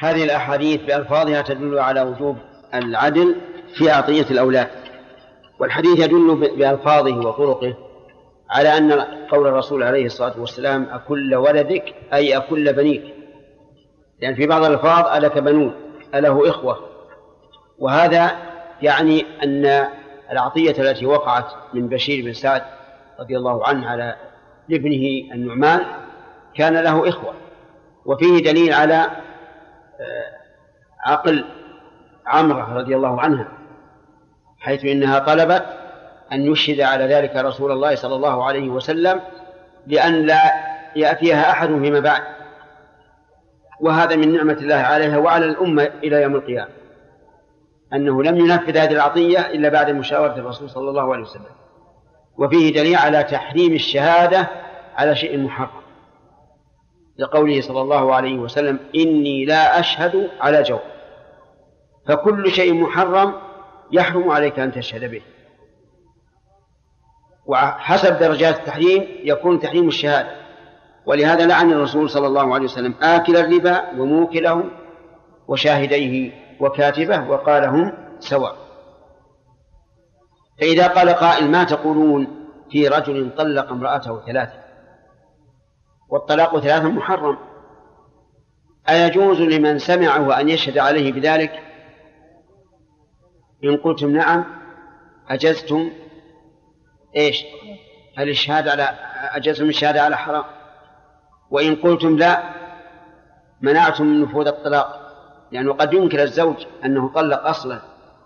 هذه الأحاديث بألفاظها تدل على وجوب العدل في أعطية الأولاد، والحديث يدل بألفاظه وطرقه على أن قول الرسول عليه الصلاة والسلام أكل ولدك أي أكل بنيك، لأن في بعض الألفاظ ألك بنون أله إخوة، وهذا يعني أن العطية التي وقعت من بشير بن سعد رضي الله عنه على ابنه النعمان كان له إخوة، وفيه دليل على عقل عمرة رضي الله عنها، حيث إنها طلبت أن يشهد على ذلك رسول الله صلى الله عليه وسلم لأن لا يأتيها أحد فيما بعد، وهذا من نعمة الله عليها وعلى الأمة إلى يوم القيامة، أنه لم ينفذ هذه العطية إلا بعد مشاورة الرسول صلى الله عليه وسلم. وفيه دليل على تحريم الشهادة على شيء محرم، لقوله صلى الله عليه وسلم إني لا أشهد على جور، فكل شيء محرم يحرم عليك أن تشهد به، وحسب درجات التحريم يكون تحريم الشهادة. ولهذا لعن الرسول صلى الله عليه وسلم آكل الربا وموكله وشاهديه وكاتبه وقال هم سواء. فإذا قال قائل ما تقولون في رجل طلق امرأته 3، والطلاق 3 محرم، أيجوز لمن سمعه أن يشهد عليه بذلك؟ إن قلتم نعم أجزتم إيش؟ أجزتم الشهادة على حرام، وإن قلتم لا منعتم من نفوذ الطلاق، لأنه قد ينكر الزوج أنه طلق أصلا.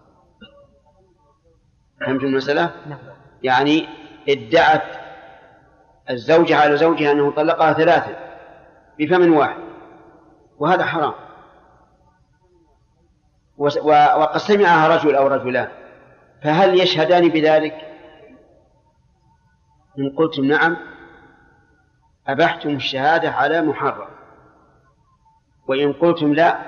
فهمتم المسألة؟ يعني ادعت الزوجة على زوجها أنه طلقها 3 بفم واحد، وهذا حرام. وقد سمعها رجل أو رجلان، فهل يشهدان بذلك؟ إن قلتم نعم أبحتم الشهادة على محرم، وإن قلتم لا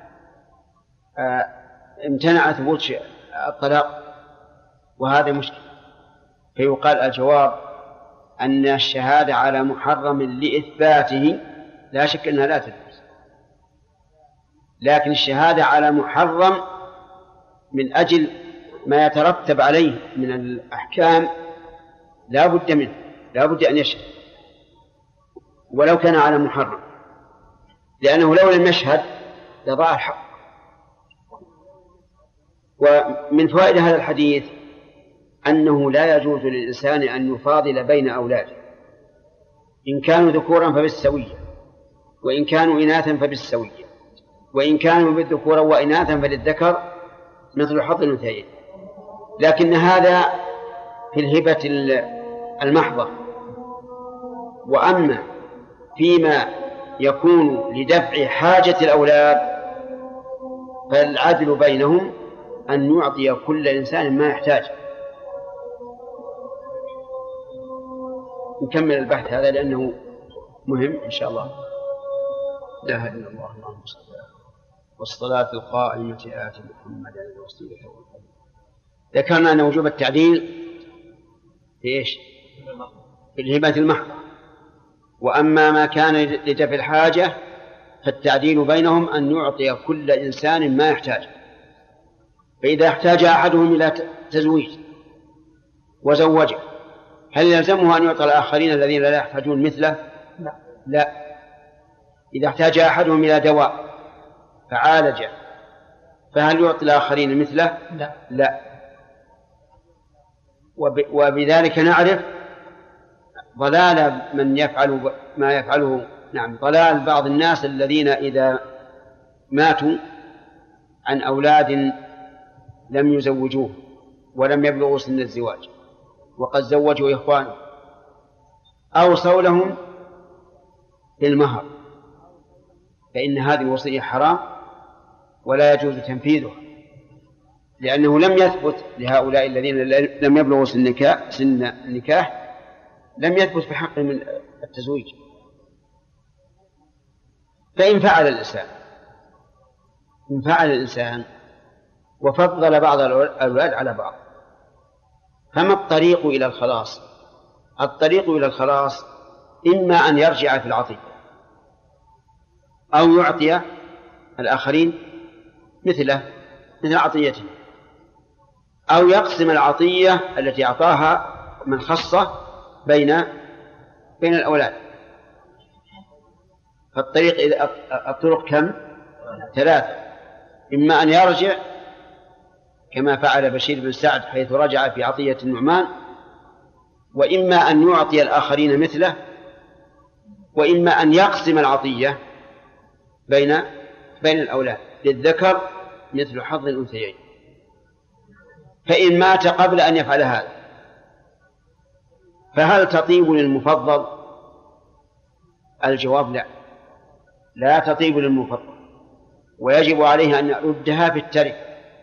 امتنع ثبوت الطلاق، وهذا مشكل. فيقال الجواب أن الشهادة على محرم لإثباته لا شك أنها لا تثبت، لكن الشهادة على محرم من أجل ما يترتب عليه من الأحكام لا بد منه، لا بد أن يشهد ولو كان على محرم، لأنه لو لم يشهد لضاع الحق. ومن فوائد هذا الحديث أنه لا يجوز للإنسان أن يفاضل بين أولاده، إن كانوا ذكورا فبالسوية، وإن كانوا إناثا فبالسوية، وإن كانوا بالذكورا وإناثا فللذكر مثل حظ الأنثيين. لكن هذا في الهبة المحضة، وأما فيما يكون لدفع حاجة الأولاد فالعدل بينهم أن يعطي كل إنسان ما يحتاج. نكمل البحث هذا لأنه مهم إن شاء الله. لا إله إلا الله اللهم صل على والصلاة القائمة آت محمدا الوسيلة والفضيلة. ذكرنا أن وجوب التعديل في إيش؟ في الهبة المحضة، وأما ما كان لدفع الحاجة فالتعديل بينهم أن يعطي كل إنسان ما يحتاج. فإذا احتاج أحدهم إلى تزويج وزوجه هل يلزمه أن يعطى الآخرين الذين لا يحتاجون مثله؟ لا. إذا احتاج أحدهم إلى دواء فعالجه فهل يعطي الآخرين مثله؟ لا. وبذلك نعرف ضلال من يفعل ما يفعله، ضلال بعض الناس الذين إذا ماتوا عن أولاد لم يزوجوه ولم يبلغوا سن الزواج وقد زوجوا إخوانه أوصوا لهم بالمهر، فإن هذه الوصية حرام ولا يجوز تنفيذها، لأنه لم يثبت لهؤلاء الذين لم يبلغوا سن النكاح لم يثبت في حقهم التزويج. فإن فعل الإنسان وفضل بعض الأولاد على بعض فما الطريق إلى الخلاص؟ الطريق إلى الخلاص إما أن يرجع في العطية أو يعطي الآخرين مثل عطيته، أو يقسم العطية التي أعطاها من خصه بين الأولاد. الطرق كم؟ 3. إما أن يرجع كما فعل بشير بن سعد حيث رجع في عطية النعمان، وإما أن يعطي الآخرين مثله، وإما أن يقسم العطية بين الأولاد للذكر مثل حظ الأنثيين. فإن مات قبل أن يفعل هذا فهل تطيب للمفضل؟ الجواب لا تطيب للمفضل، ويجب عليه أن يردها في التركة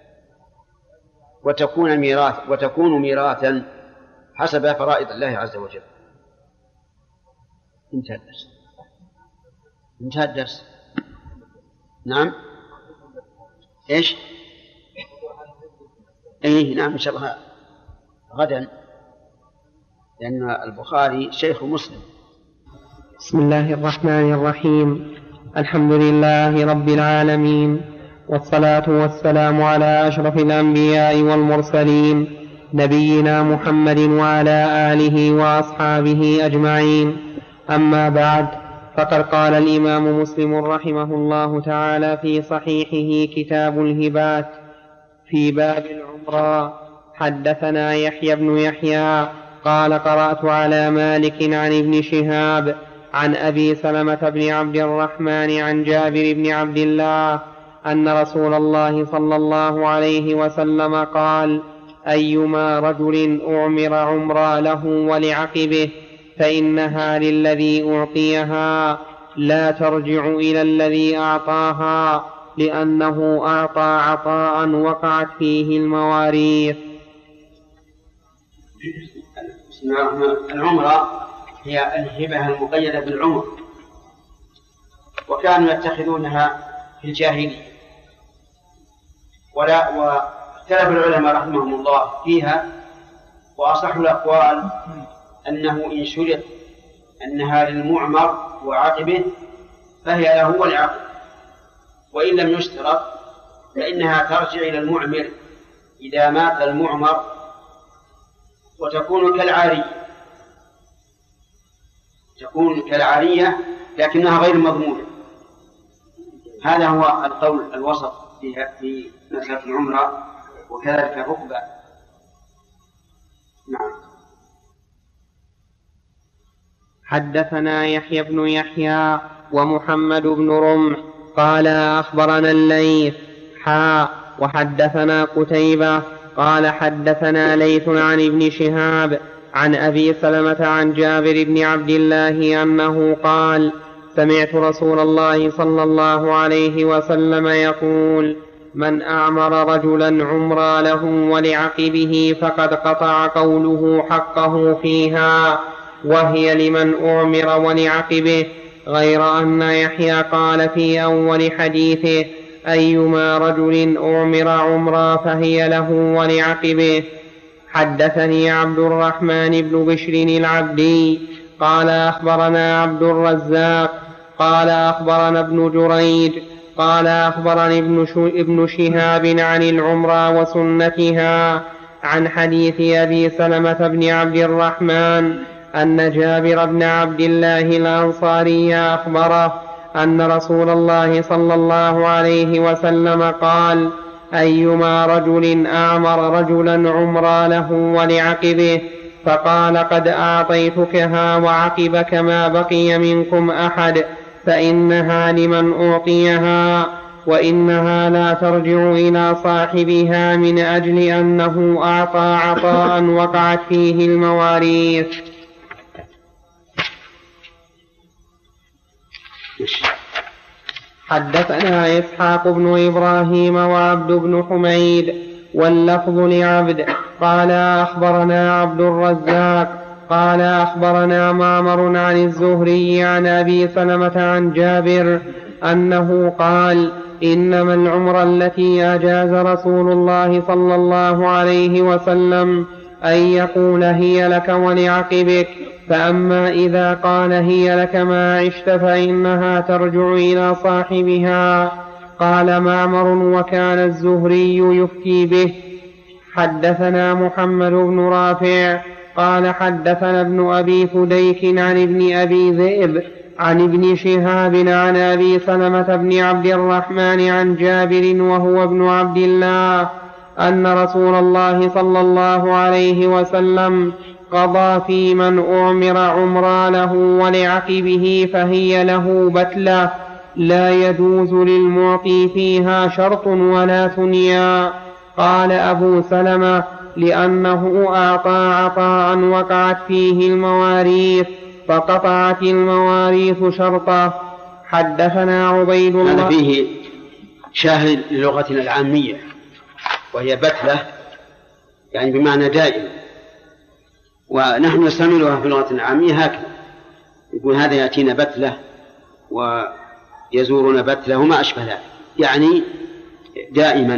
وتكون ميراثا حسب فرائض الله عز وجل. انتهى الدرس. نعم. ايش؟ نعم إن شاء الله غدا، لأن البخاري شيخ مسلم. بسم الله الرحمن الرحيم. الحمد لله رب العالمين، والصلاة والسلام على أشرف الأنبياء والمرسلين نبينا محمد وعلى آله وأصحابه أجمعين. أما بعد، فقد قال الإمام مسلم رحمه الله تعالى في صحيحه كتاب الهبات في باب العمرة: حدثنا يحيى بن يحيى قال قرأت على مالك عن ابن شهاب عن أبي سلمة بن عبد الرحمن عن جابر بن عبد الله أن رسول الله صلى الله عليه وسلم قال: أيما رجل أعمر عمرا له ولعقبه فإنها للذي أعطيها لا ترجع إلى الذي أعطاها، لأنه أعطى عطاء وقعت فيه المواريث. العمرة هي الهبة المقيدة بالعمر، وكانوا يتخذونها في الجاهلية، واختلف العلماء رحمهم الله فيها، وأصح الأقوال أنه إن شرط أنها للمعمر وعقبه فهي له ولعقبه، وإن لم يشترط فإنها ترجع إلى المعمر إذا مات المعمر، وتكون كالعارية لكنها غير مضمونة. هذا هو القول الوسط في مسألة العمرة، وكذلك الركبة. نعم. حدثنا يحيى بن يحيى ومحمد بن رمح قال أخبرنا الليث وحدثنا قتيبة قال حدثنا ليث عن ابن شهاب عن أبي سلمة عن جابر بن عبد الله أنه قال: سمعت رسول الله صلى الله عليه وسلم يقول: من أعمر رجلا عمرا له ولعقبه فقد قطع قوله حقه فيها، وهي لمن أعمر ولعقبه. غير أن يحيى قال في أول حديثه: أيما رجل أعمر عمرا فهي له ولعقبه. حدثني عبد الرحمن بن بشر العبدي قال أخبرنا عبد الرزاق قال أخبرنا ابن جريج قال أخبرني ابن شهاب عن العمرة وسنتها عن حديث أبي سلمة بن عبد الرحمن أن جابر بن عبد الله الأنصاري أخبره أن رسول الله صلى الله عليه وسلم قال: أيما رجل أعمر رجلا عمرا له ولعقبه فقال: قد أعطيتكها وعقبك ما بقي منكم أحد فإنها لمن أعطيها، وإنها لا ترجع إلى صاحبها من أجل أنه أعطى عطاء وقعت فيه المواريث. حدثنا إسحاق بن إبراهيم وعبد بن حميد واللفظ لعبد قال أخبرنا عبد الرزاق قال أخبرنا معمر عن الزهري عن أبي سلمة عن جابر أنه قال: إنما العمرة التي أجاز رسول الله صلى الله عليه وسلم أن يقول هي لك ولعقبك، فأما إذا قال هي لك ما عشت فإنها ترجع إلى صاحبها. قال معمر وكان الزهري يفتي به. حدثنا محمد بن رافع قال حدثنا ابن أبي فديك عن ابن أبي ذئب عن ابن شهاب عن أبي سلمة بن عبد الرحمن عن جابر وهو ابن عبد الله أن رسول الله صلى الله عليه وسلم قضى في من أعمر عمرانه ولعقبه فهي له بتلة لا يجوز للمعطي فيها شرط ولا ثنيا. قال أبو سلمة لأنه أعطى عطاء وقعت فيه المواريث فقطعت المواريث شرطه. حدثنا عبيد الله. هذا فيه شاهد للغتنا العامية وهي بتلة يعني بمعنى دائم، ونحن نستعملها في اللغة العامية هكذا، يقول هذا يأتينا بتلة ويزورنا بتلة وما أشبه ذلك، يعني دائما.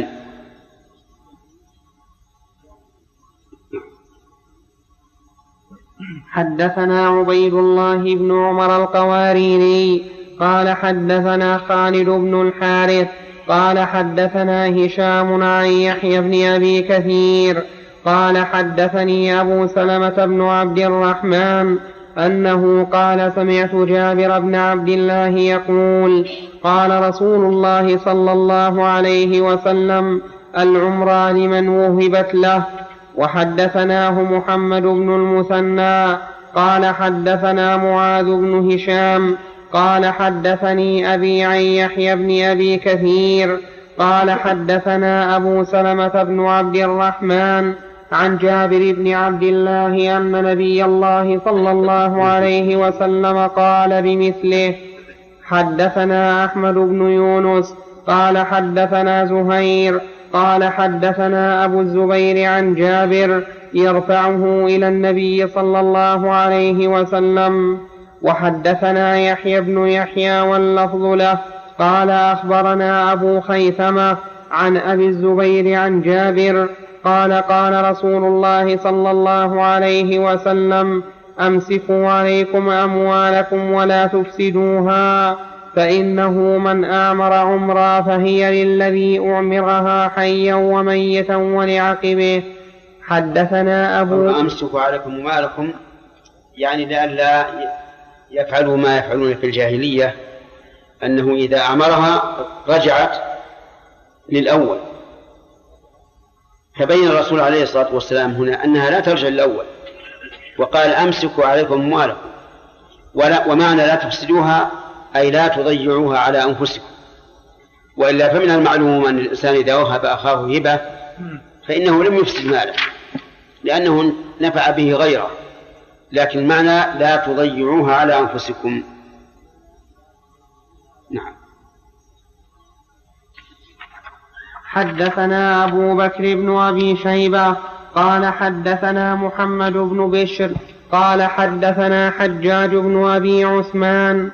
حدثنا عبيد الله بن عمر القواريري قال حدثنا خالد بن الحارث قال حدثنا هشام عن يحيى بن أبي كثير قال حدثني أبو سلمة بن عبد الرحمن أنه قال سمعت جابر بن عبد الله يقول قال رسول الله صلى الله عليه وسلم العمران من وهبت له. وحدثناه محمد بن المثنى قال حدثنا معاذ بن هشام قال حدثني أبي عن يحيى بن أبي كثير قال حدثنا أبو سلمة بن عبد الرحمن عن جابر بن عبد الله أن نبي الله صلى الله عليه وسلم قال بمثله. حدثنا أحمد بن يونس قال حدثنا زهير قال حدثنا أبو الزبير عن جابر يرفعه إلى النبي صلى الله عليه وسلم. وحدثنا يحيى بن يحيى واللفظ له قال أخبرنا أبو خيثمة عن أبي الزبير عن جابر قال قال رسول الله صلى الله عليه وسلم أمسكوا عليكم أموالكم ولا تفسدوها فإنه من أعمر عمرا فهي للذي أعمرها حيا وميتا ولعقبه. حدثنا أمسكوا عليكم أموالكم يعني لئلا يفعلوا ما يفعلون في الجاهلية، أنه إذا أعمرها رجعت للأول، فبين الرسول عليه الصلاة والسلام هنا أنها لا ترجع للأول، وقال أمسكوا عليكم أموالكم، ومعنى لا تفسدوها أي لا تضيعوها على أنفسكم، وإلا فمن المعلوم أن الإنسان إذا وهب أخاه هبة فإنه لم يفسد ماله لأنه نفع به غيره، لكن معنى لا تضيعوها على أنفسكم. نعم. حدثنا أبو بكر بن أبي شيبة قال حدثنا محمد بن بشر قال حدثنا حجاج بن أبي عثمان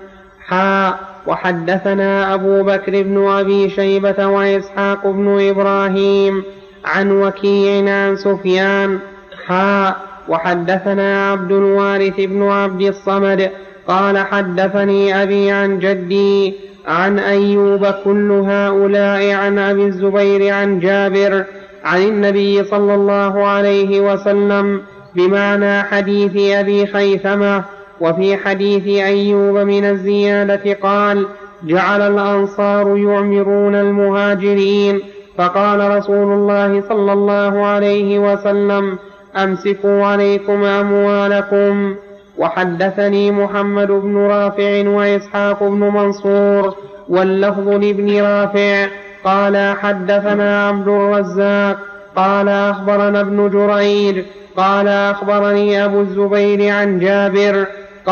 وحدثنا أبو بكر بن أبي شيبة وإسحاق بن إبراهيم عن وكيع عن سفيان وحدثنا عبد الوارث بن عبد الصمد قال حدثني أبي عن جدي عن أيوب كل هؤلاء عن أبي الزبير عن جابر عن النبي صلى الله عليه وسلم بمعنى حديث أبي خيثمة. وفي حديث أيوب من الزيادة قال جعل الأنصار يعمرون المهاجرين فقال رسول الله صلى الله عليه وسلم أمسكوا عليكم أموالكم. وحدثني محمد بن رافع وإسحاق بن منصور واللفظ لابن رافع قال حدثنا عبد الرزاق قال أخبرنا ابن جرير قال أخبرني أبو الزبير عن جابر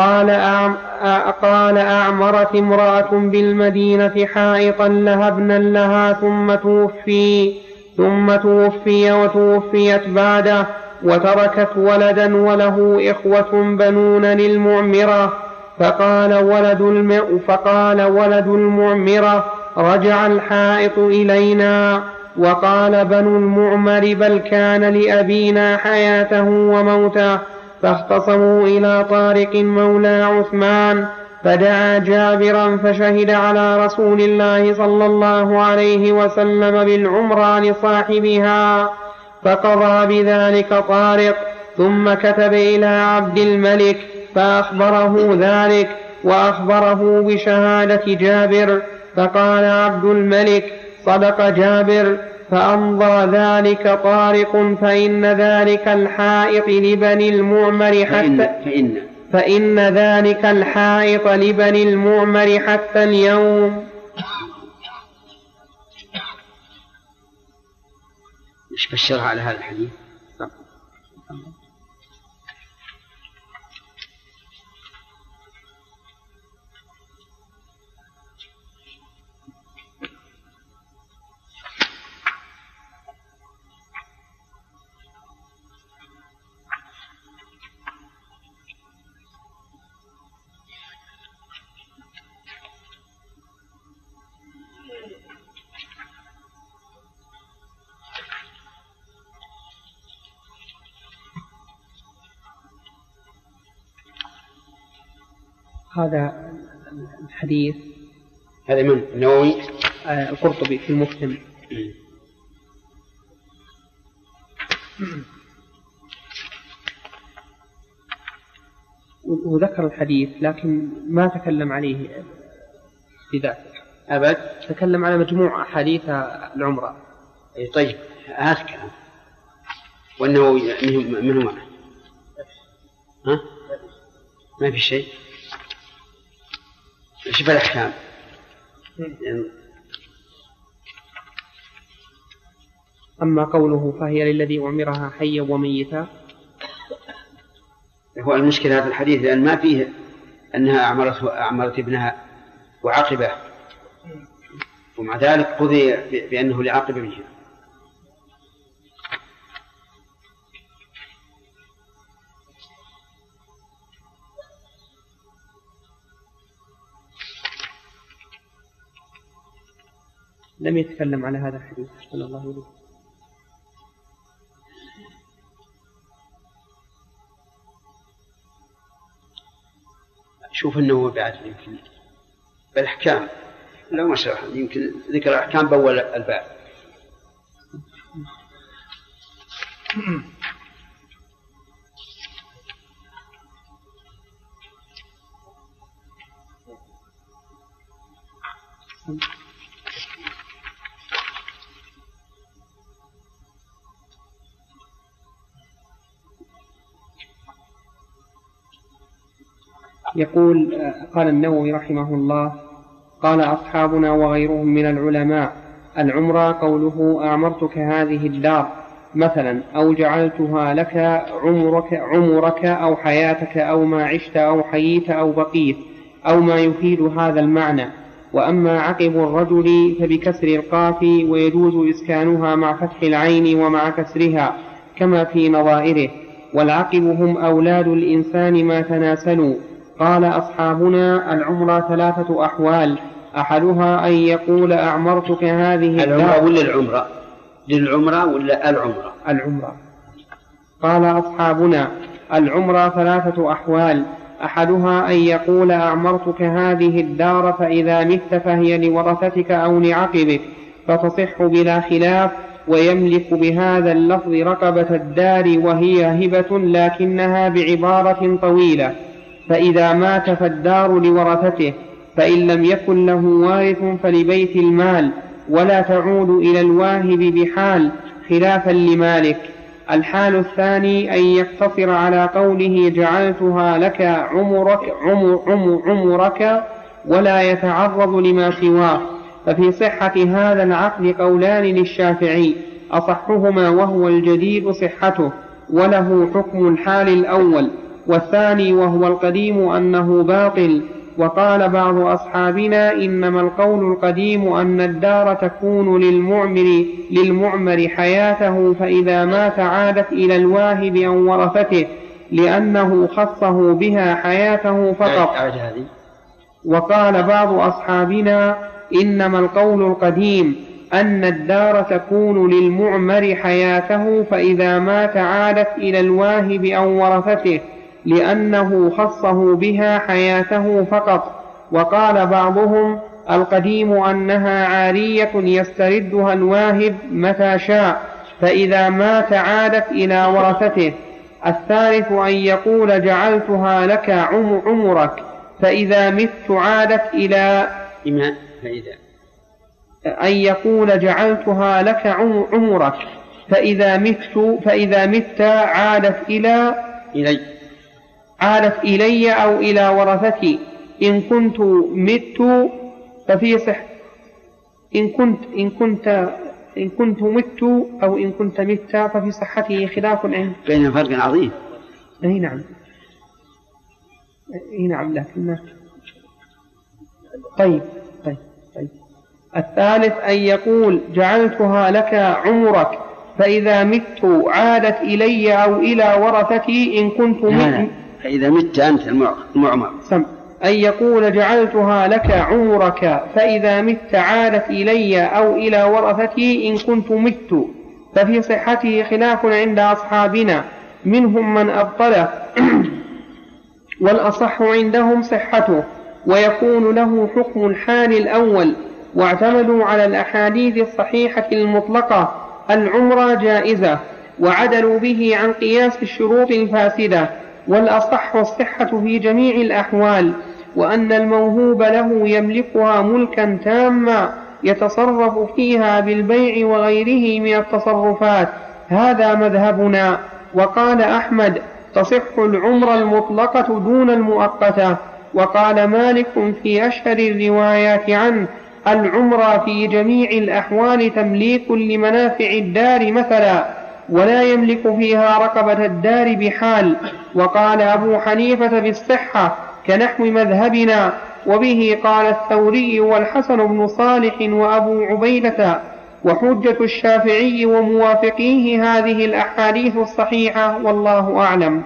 قال أعمرت امرأة بالمدينة حائطا لها ابنا لها ثم توفي وتوفيت بعده وتركت ولدا وله إخوة بنون للمعمرة فقال ولد المعمرة رجع الحائط إلينا. وقال بنو المعمر بل كان لأبينا حياته وموته فاختصموا إلى طارق مولى عثمان فدعا جابرا فشهد على رسول الله صلى الله عليه وسلم بالعمرة لصاحبها، فقضى بذلك طارق، ثم كتب إلى عبد الملك فأخبره ذلك وأخبره بشهادة جابر، فقال عبد الملك: صدق جابر. فأمضى ذلك طارق، فإن ذلك الحائط لبني المعمر فإن ذلك الحائط لبني المعمر حتى اليوم. ايش فسرها على هذا الحديث؟ هذا الحديث هذا من النووي القرطبي في المفهم. وذكر الحديث لكن ما تكلم عليه بذاته أبد، تكلم على مجموع أحاديث العمرة. طيب هذا كلام. والنووي منه معه ها؟ ما في شيء. شوف الأحكام. أما قوله فهي للذي أعمرها حيا وميتا، هو المشكلة في الحديث لأن ما فيه أنها أعمرت ابنها وعقبه، ومع ذلك قضي بأنه لعقب ابنها. لم يتكلم على هذا الحديث صلى الله عليه وسلم. شوف أنه بعد يمكن بالأحكام لو ما شرح يمكن ذكر الأحكام بأول الباب. يقول قال النووي رحمه الله: قال أصحابنا وغيرهم من العلماء: العمرة قوله أعمرتك هذه الدار مثلا، أو جعلتها لك عمرك أو حياتك أو ما عشت أو حييت أو بقيت، أو ما يفيد هذا المعنى. وأما عقب الرجل فبكسر القاف، ويجوز إسكانها مع فتح العين ومع كسرها كما في نظائره. والعقب هم أولاد الإنسان ما تناسلوا. قال أصحابنا: العمرة 3 أحوال، أحدها أن يقول أعمرتك هذه العمرة ولا العمرة؟ للعمرة ولا العمرة؟ العمرة. قال أصحابنا: العمرة 3 أحوال، أحدها أن يقول أعمرتك هذه الدار، فإذا مت فهي لورثتك أو لعقبك، فتصح بلا خلاف، ويملك بهذا اللفظ رقبة الدار، وهي هبة لكنها بعبارة طويلة. فإذا مات فالدار لورثته، فإن لم يكن له وارث فلبيت المال، ولا تعود إلى الواهب بحال، خلافا لمالك. الحال الثاني أن يقتصر على قوله جعلتها لك عمرك ولا يتعرض لما سواه. ففي صحة هذا العقد قولان للشافعي، أصحهما وهو الجديد صحته، وله حكم الحال الأول، والثاني وهو القديم أنه باطل. وقال بعض أصحابنا: إنما القول القديم أن الدار تكون للمعمر حياته، فإذا مات عادت إلى الواهب أو ورثته، لأنه خصه بها حياته فقط. وقال بعض أصحابنا: إنما القول القديم أن الدار تكون للمعمر حياته، فإذا مات عادت إلى الواهب أو ورثته، لأنه خصه بها حياته فقط. وقال بعضهم القديم أنها عارية يستردها الواهب متى شاء، فإذا مات عادت إلى ورثته. الثالث أن يقول جعلتها لك عمرك، فإذا مت عادت إلى أن يقول جعلتها لك عمرك، فإذا مت عادت إلي أو إلى ورثتي. إن كنت مت ففي صح إن كنت مت أو إن كنت مت ففي صحته خلاف بين فرق عظيم. أي نعم لكن طيب. الثالث أن يقول جعلتها لك عمرك، فإذا مت عادت إلي أو إلى ورثتي. إن كنت مت فإذا مت أنت المعمر. أن يقول جعلتها لك عمرك، فإذا مت عادت إلي أو إلى ورثتي. إن كنت مت، ففي صحته خلاف عند أصحابنا، منهم من أبطله والأصح عندهم صحته، ويكون له حكم الحال الأول. واعتمدوا على الأحاديث الصحيحة المطلقة العمرة جائزة، وعدلوا به عن قياس الشروط الفاسدة. والأصح الصحة في جميع الأحوال، وأن الموهوب له يملكها ملكا تاما يتصرف فيها بالبيع وغيره من التصرفات. هذا مذهبنا. وقال أحمد تصح العمرة المطلقة دون المؤقتة. وقال مالك في أشهر الروايات عنه العمرة في جميع الأحوال تمليك لمنافع الدار مثلا، ولا يملك فيها رقبة الدار بحال. وقال أبو حنيفة بالصحة كنحو مذهبنا، وبه قال الثوري والحسن بن صالح وأبو عبيدة. وحجة الشافعي وموافقيه هذه الأحاديث الصحيحة، والله أعلم.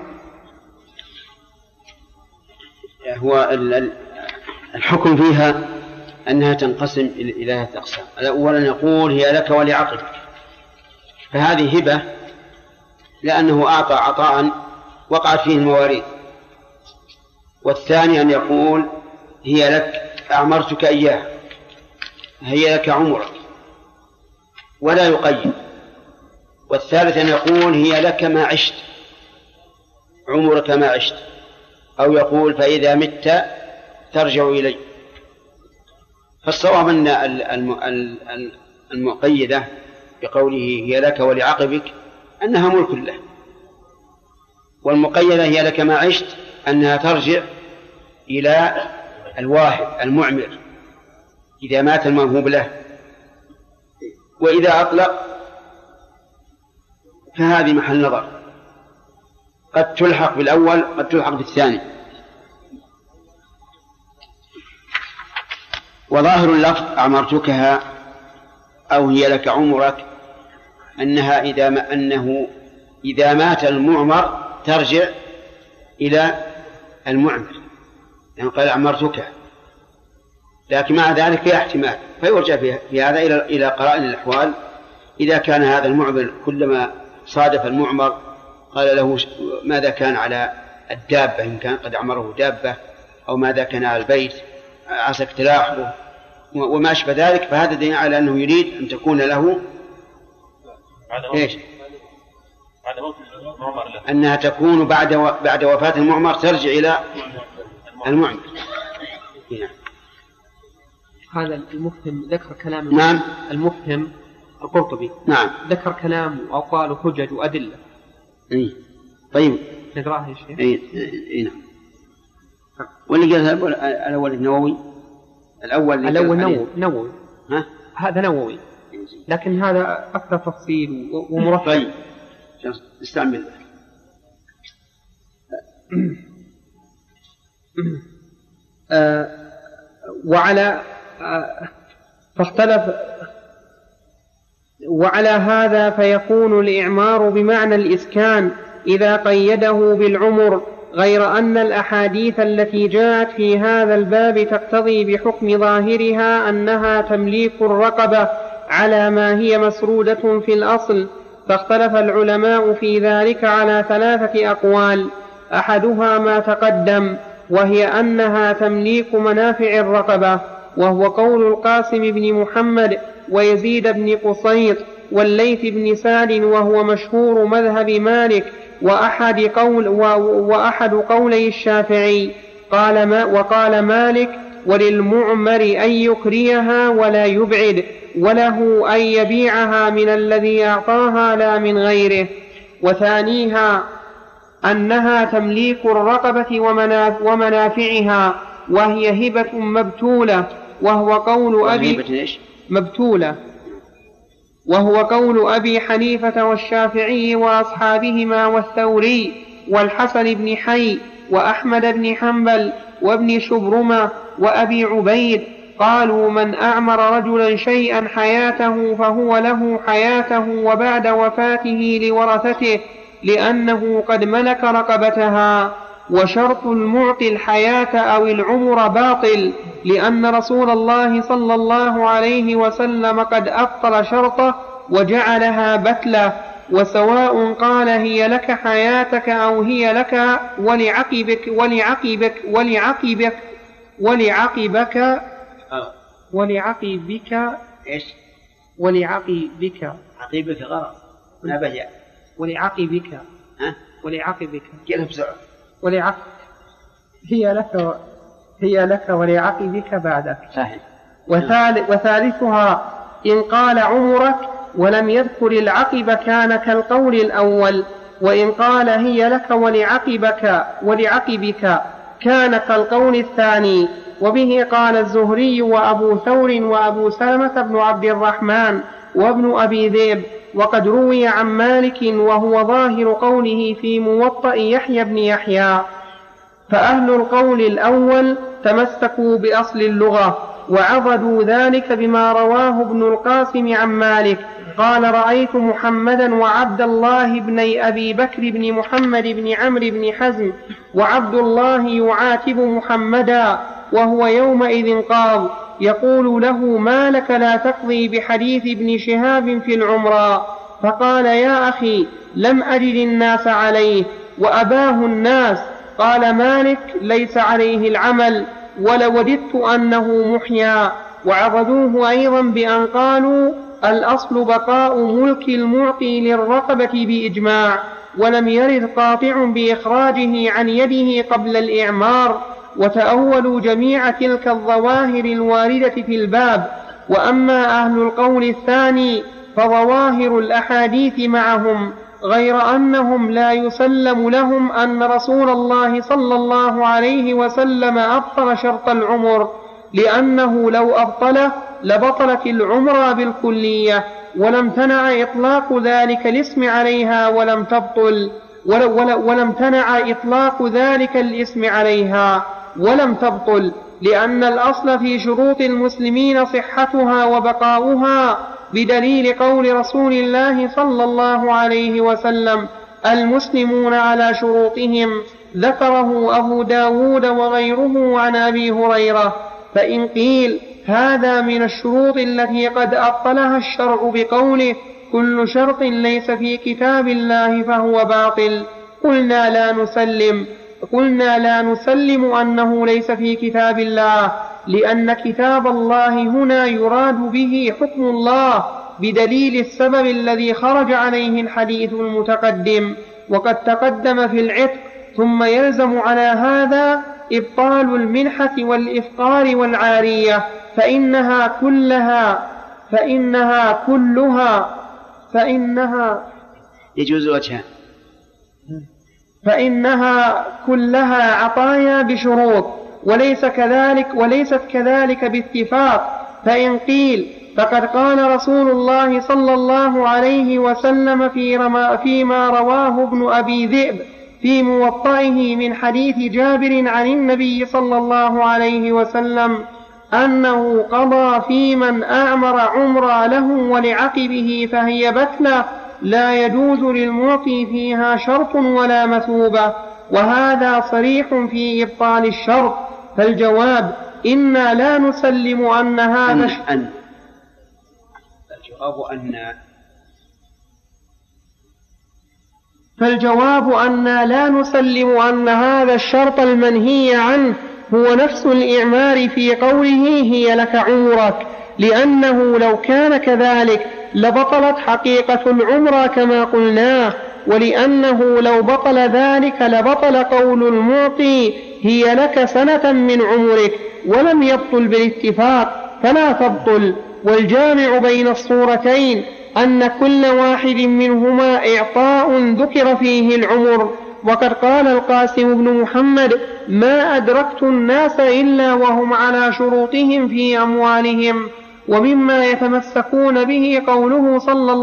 هو الحكم فيها أنها تنقسم إلى 3 أقسام. أولا يقول هي لك ولعقبك، فهذه هبة لأنه أعطى عطاء وقعت فيه المواريث. والثاني أن يقول هي لك أعمرتك إياها، هي لك عمرك، ولا يقيد. والثالث أن يقول هي لك ما عشت، عمرك ما عشت، أو يقول فإذا مت ترجع إلي. فالصواب أن المقيدة بقوله هي لك ولعقبك أنها ملك له، والمقيدة هي لك ما عشت أنها ترجع إلى الواهب المعمر إذا مات الموهوب له. وإذا أطلق فهذه محل نظر، قد تلحق بالأول قد تلحق بالثاني. وظاهر اللفظ أعمرتكها أو هي لك عمرك أنه إذا مات المعمر ترجع إلى المعمر، يعني قال أعمرتك. لكن مع ذلك فيها احتمال، فيرجع في هذا إلى قرائن الأحوال. إذا كان هذا المعمر كلما صادف المعمر قال له ماذا كان على الدابة، إن كان قد أعمره دابة، أو ماذا كان على البيت عسى اقتلاحه وما أشبه ذلك، فهذا دليل على أنه يريد أن تكون له إيش؟ أنها تكون بعد وفاة المعمر ترجع إلى المعمر. هذا المفهم ذكر كلام نعم. المفهم القرطبي نعم ذكر كلام وأقوال حجج وأدلة. طيب نقرأها يا شيخ. نعم. واللي قال الأول النووي، الأول نووي. هذا نووي، لكن هذا أكثر تفصيل ومرتب. طيب استعمل. وعلى هذا فيكون الإعمار بمعنى الإسكان إذا قيده بالعمر، غير أن الأحاديث التي جاءت في هذا الباب تقتضي بحكم ظاهرها أنها تمليك الرقبة على ما هي مسرودة في الأصل. فاختلف العلماء في ذلك على 3 أقوال. أحدها ما تقدم، وهي أنها تمليك منافع الرقبة، وهو قول القاسم بن محمد ويزيد بن قصيط والليث بن سعد، وهو مشهور مذهب مالك وأحد قولي الشافعي. وقال مالك: وللمعمر أن يكريها ولا يبعد، وله أن يبيعها من الذي أعطاها لا من غيره. وثانيها أنها تمليك الرقبة ومنافعها، وهي هبة مبتولة، وهو قول أبي حنيفة والشافعي وأصحابهما والثوري والحسن بن حي وأحمد بن حنبل وابن شبرمة وأبي عبيد. قالوا: من أعمر رجلا شيئا حياته فهو له حياته وبعد وفاته لورثته، لأنه قد ملك رقبتها. وشرط المعطي الحياة أو العمر باطل، لأن رسول الله صلى الله عليه وسلم قد أبطل شرطه وجعلها بتلة. وسواء قال: هي لك حياتك، أو هي لك ولعقبك عقيبك غرض ما بجأ ولعقبك كيف بسرعة هي لك ولعقبك بعدك. صحيح. وثالثها إن قال عمرك ولم يذكر العقب كان كالقول الأول، وإن قال هي لك ولعقبك كان كالقول الثاني. وبه قال الزهري وأبو ثور وأبو سلمة بن عبد الرحمن وابن أبي ذئب. وقد روي عن مالك وهو ظاهر قوله في موطأ يحيى بن يحيى. فأهل القول الأول تمسكوا بأصل اللغة، وعضدوا ذلك بما رواه ابن القاسم عن مالك قال: رأيت محمدا وعبد الله بن أبي بكر بن محمد بن عمرو بن حزم وعبد الله يعاتب محمدا وهو يومئذ قاض، يقول له: ما لك لا تقضي بحديث ابن شهاب في العمرة؟ فقال: يا أخي لم أجد الناس عليه وأباه الناس. قال مالك: ليس عليه العمل، ولوددت أنه محيا. وعضدوه أيضا بأن قالوا: الأصل بقاء ملك المعطي للرقبة بإجماع، ولم يرد قاطع بإخراجه عن يده قبل الإعمار. وتأولوا جميع تلك الظواهر الواردة في الباب. وأما أهل القول الثاني فظواهر الأحاديث معهم، غير أنهم لا يسلم لهم أن رسول الله صلى الله عليه وسلم أبطل شرط العمر، لأنه لو أبطله لبطلت العمرة بالكلية، ولم تنع إطلاق ذلك الاسم عليها ولم تبطل، لأن الأصل في شروط المسلمين صحتها وبقاؤها، بدليل قول رسول الله صلى الله عليه وسلم: المسلمون على شروطهم. ذكره أبو داود وغيره عن أبي هريرة. فإن قيل هذا من الشروط التي قد أبطلها الشرع بقوله: كل شرط ليس في كتاب الله فهو باطل، قلنا لا نسلم أنه ليس في كتاب الله، لأن كتاب الله هنا يراد به حكم الله بدليل السبب الذي خرج عليه الحديث المتقدم، وقد تقدم في العتق. ثم يلزم على هذا إبطال المنحة والإفقار والعارية، فإنها كلها عطايا بشروط، وليست كذلك باتفاق. فإن قيل فقد قال رسول الله صلى الله عليه وسلم فيما رواه ابن أبي ذئب في موطئه من حديث جابر عن النبي صلى الله عليه وسلم أنه قضى في من أعمر عمرا له ولعقبه فهي بتلة، لا يجوز للمعطي فيها شرط ولا مثوبة، وهذا صريح في إبطال الشرط. فالجواب: إنا لا نسلم أن هذا الجواب أن فالجواب أننا لا نسلم أن هذا الشرط المنهي عنه هو نفس الإعمار في قوله هي لك عمرك، لأنه لو كان كذلك لبطلت حقيقة العمرة كما قلناه، ولأنه لو بطل ذلك لبطل قول المعطي هي لك سنة من عمرك، ولم يبطل بالاتفاق فلا تبطل. والجامع بين الصورتين أن كل واحد منهما إعطاء ذكر فيه العمر. وقد قال القاسم بن محمد: ما أدركت الناس إلا وهم على شروطهم في أموالهم. ومما يتمسكون به قوله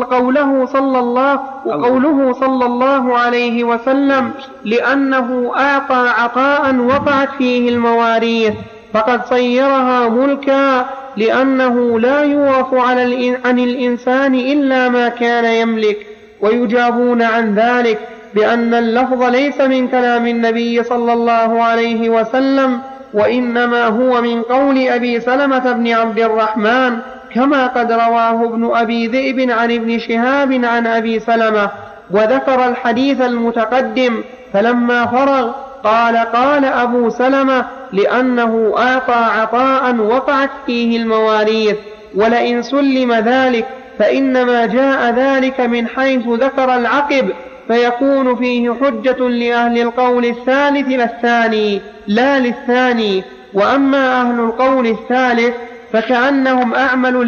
صلى الله عليه وسلم لأنه أعطى عطاء وقعت فيه المواريث، فقد صيرها ملكا، لأنه لا يورث عن الإنسان إلا ما كان يملك. ويجابون عن ذلك بأن اللفظ ليس من كلام النبي صلى الله عليه وسلم، وإنما هو من قول أبي سلمة بن عبد الرحمن، كما قد رواه ابن أبي ذئب عن ابن شهاب عن أبي سلمة. وذكر الحديث المتقدم، فلما فرغ قال أبو سلمة لأنه أعطى عطاء وقعت فيه المواريث. ولئن سلم ذلك فإنما جاء ذلك من حيث ذكر العقب، فيكون فيه حجة لأهل القول الثالث لا للثاني. وأما أهل القول الثالث فكأنهم أعملوا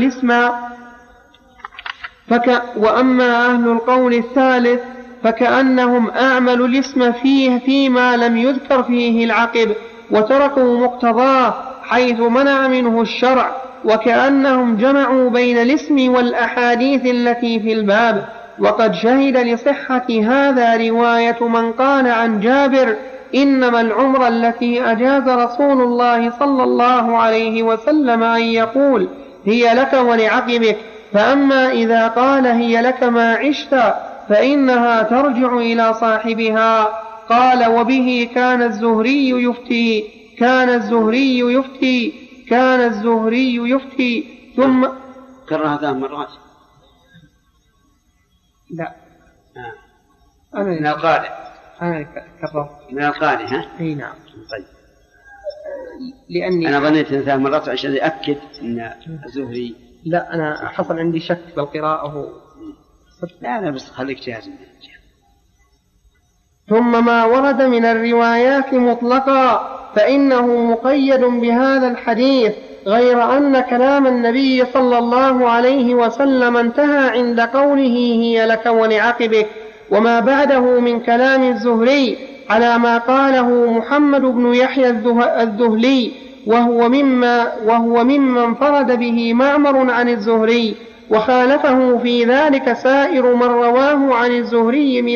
الاسم فيما لم يذكر فيه العقب، وتركوا مقتضاه حيث منع منه الشرع، وكأنهم جمعوا بين الاسم والأحاديث التي في الباب. وقد شهد لصحة هذا رواية من قال عن جابر: إنما العمر التي أجاز رسول الله صلى الله عليه وسلم أن يقول هي لك ولعقبك، فأما إذا قال هي لك ما عشت فإنها ترجع إلى صاحبها. قال: وبه كان الزهري يفتي ثم كرر هذا مرات. لا من القارئ. أنا كررت من القارئ. أي نعم. طيب. لأني أنا ظنيت إن ثلاث مرات عشان أكد أن الزهري. لا، أنا حصل عندي شك بالقراءة. لا أنا بس خليك جاهز. ثم ما ورد من الروايات مطلقا فإنه مقيد بهذا الحديث، غير أن كلام النبي صلى الله عليه وسلم انتهى عند قوله هي لك ولعقبك. وما بعده من كلام الزهري على ما قاله محمد بن يحيى الذهلي، وهو ممن انفرد به معمر عن الزهري، وخالفه في ذلك سائر من رواه عن الزهري من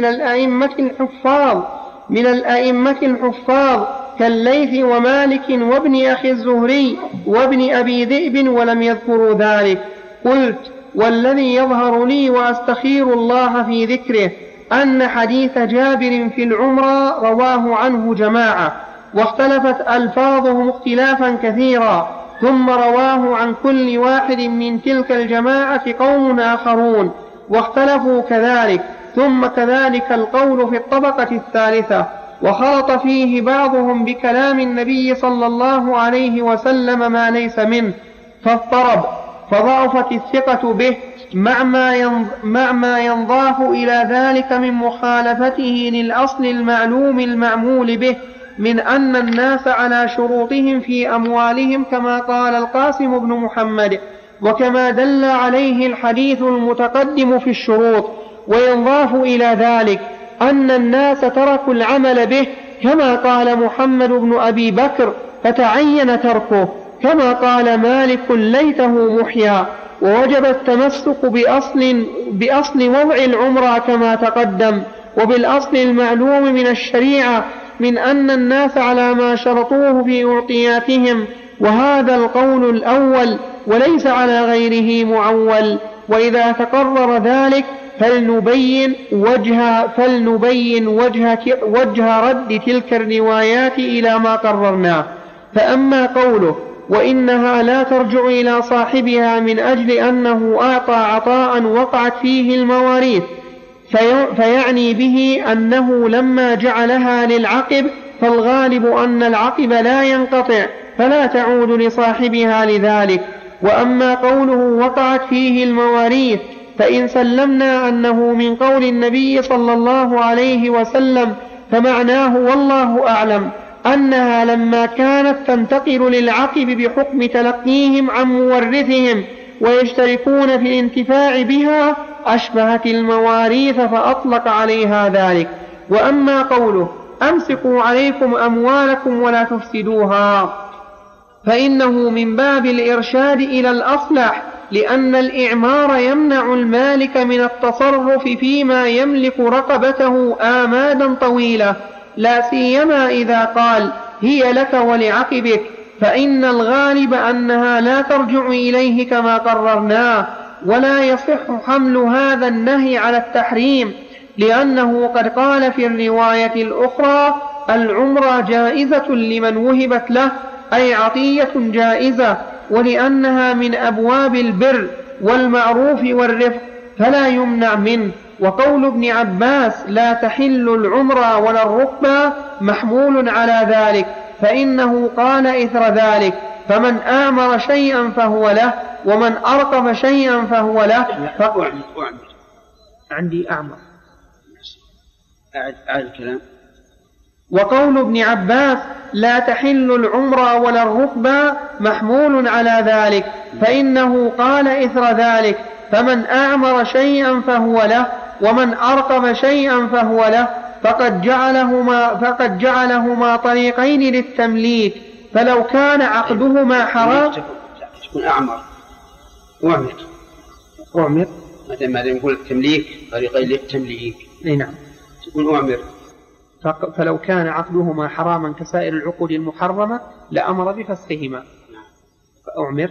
الأئمة الحفاظ كالليث ومالك وابن أخي الزهري وابن أبي ذئب، ولم يذكروا ذلك. قلت: والذي يظهر لي وأستخير الله في ذكره أن حديث جابر في العمرة رواه عنه جماعة، واختلفت ألفاظهم اختلافا كثيرا، ثم رواه عن كل واحد من تلك الجماعة قوم آخرون واختلفوا كذلك، ثم كذلك القول في الطبقة الثالثة، وخلط فيه بعضهم بكلام النبي صلى الله عليه وسلم ما ليس منه فاضطرب، فضعفت الثقة به مع ما ينضاف إلى ذلك من مخالفته للأصل المعلوم المعمول به من أن الناس على شروطهم في أموالهم، كما قال القاسم بن محمد، وكما دل عليه الحديث المتقدم في الشروط. وينضاف إلى ذلك أن الناس تركوا العمل به، كما قال محمد بن أبي بكر فتعين تركه، كما قال مالك ليته محيا. ووجب التمسك بأصل وضع العمرة كما تقدم، وبالأصل المعلوم من الشريعة من أن الناس على ما شرطوه في أعطياتهم، وهذا القول الأول وليس على غيره معول. وإذا تقرر ذلك فلنبين وجه رد تلك الروايات إلى ما قررناه. فأما قوله وإنها لا ترجع إلى صاحبها من أجل أنه أعطى عطاء وقعت فيه المواريث، فيعني به أنه لما جعلها للعقب فالغالب أن العقب لا ينقطع فلا تعود لصاحبها لذلك. وأما قوله وقعت فيه المواريث فإن سلمنا أنه من قول النبي صلى الله عليه وسلم فمعناه والله أعلم أنها لما كانت تنتقل للعقب بحكم تلقيهم عن مورثهم ويشتركون في الانتفاع بها أشبهت المواريث فأطلق عليها ذلك. وأما قوله أمسكوا عليكم أموالكم ولا تفسدوها فإنه من باب الإرشاد إلى الأصلح، لأن الإعمار يمنع المالك من التصرف فيما يملك رقبته آمادا طويلة، لا سيما إذا قال هي لك ولعقبك، فإن الغالب أنها لا ترجع إليه كما قررناه. ولا يصح حمل هذا النهي على التحريم، لأنه قد قال في الرواية الأخرى العمرة جائزة لمن وهبت له، أي عطية جائزة، ولأنها من أبواب البر والمعروف والرفق فلا يمنع منه. وقول ابن عباس لا تحل العمرة ولا الركبة محمول على ذلك، فإنه قال إثر ذلك فمن آمر شيئا فهو له ومن أرقب شيئا فهو له. عندي أعمر الكلام. وقول ابن عباس لا تحل العمرة ولا الركبة محمول على ذلك، فإنه قال إثر ذلك فمن أعمر شيئا فهو له ومن أرقب شيئا فهو له، فقد جعلهما طريقين للتمليك، فلو كان عقدهما حرام تكون أعمر مثل ما نقول التمليك طريقين للتمليك. نعم تكون أعمر. فلو كان عقدهما حراما كسائر العقود المحرمة لأمر بفسخهما. فأعمر.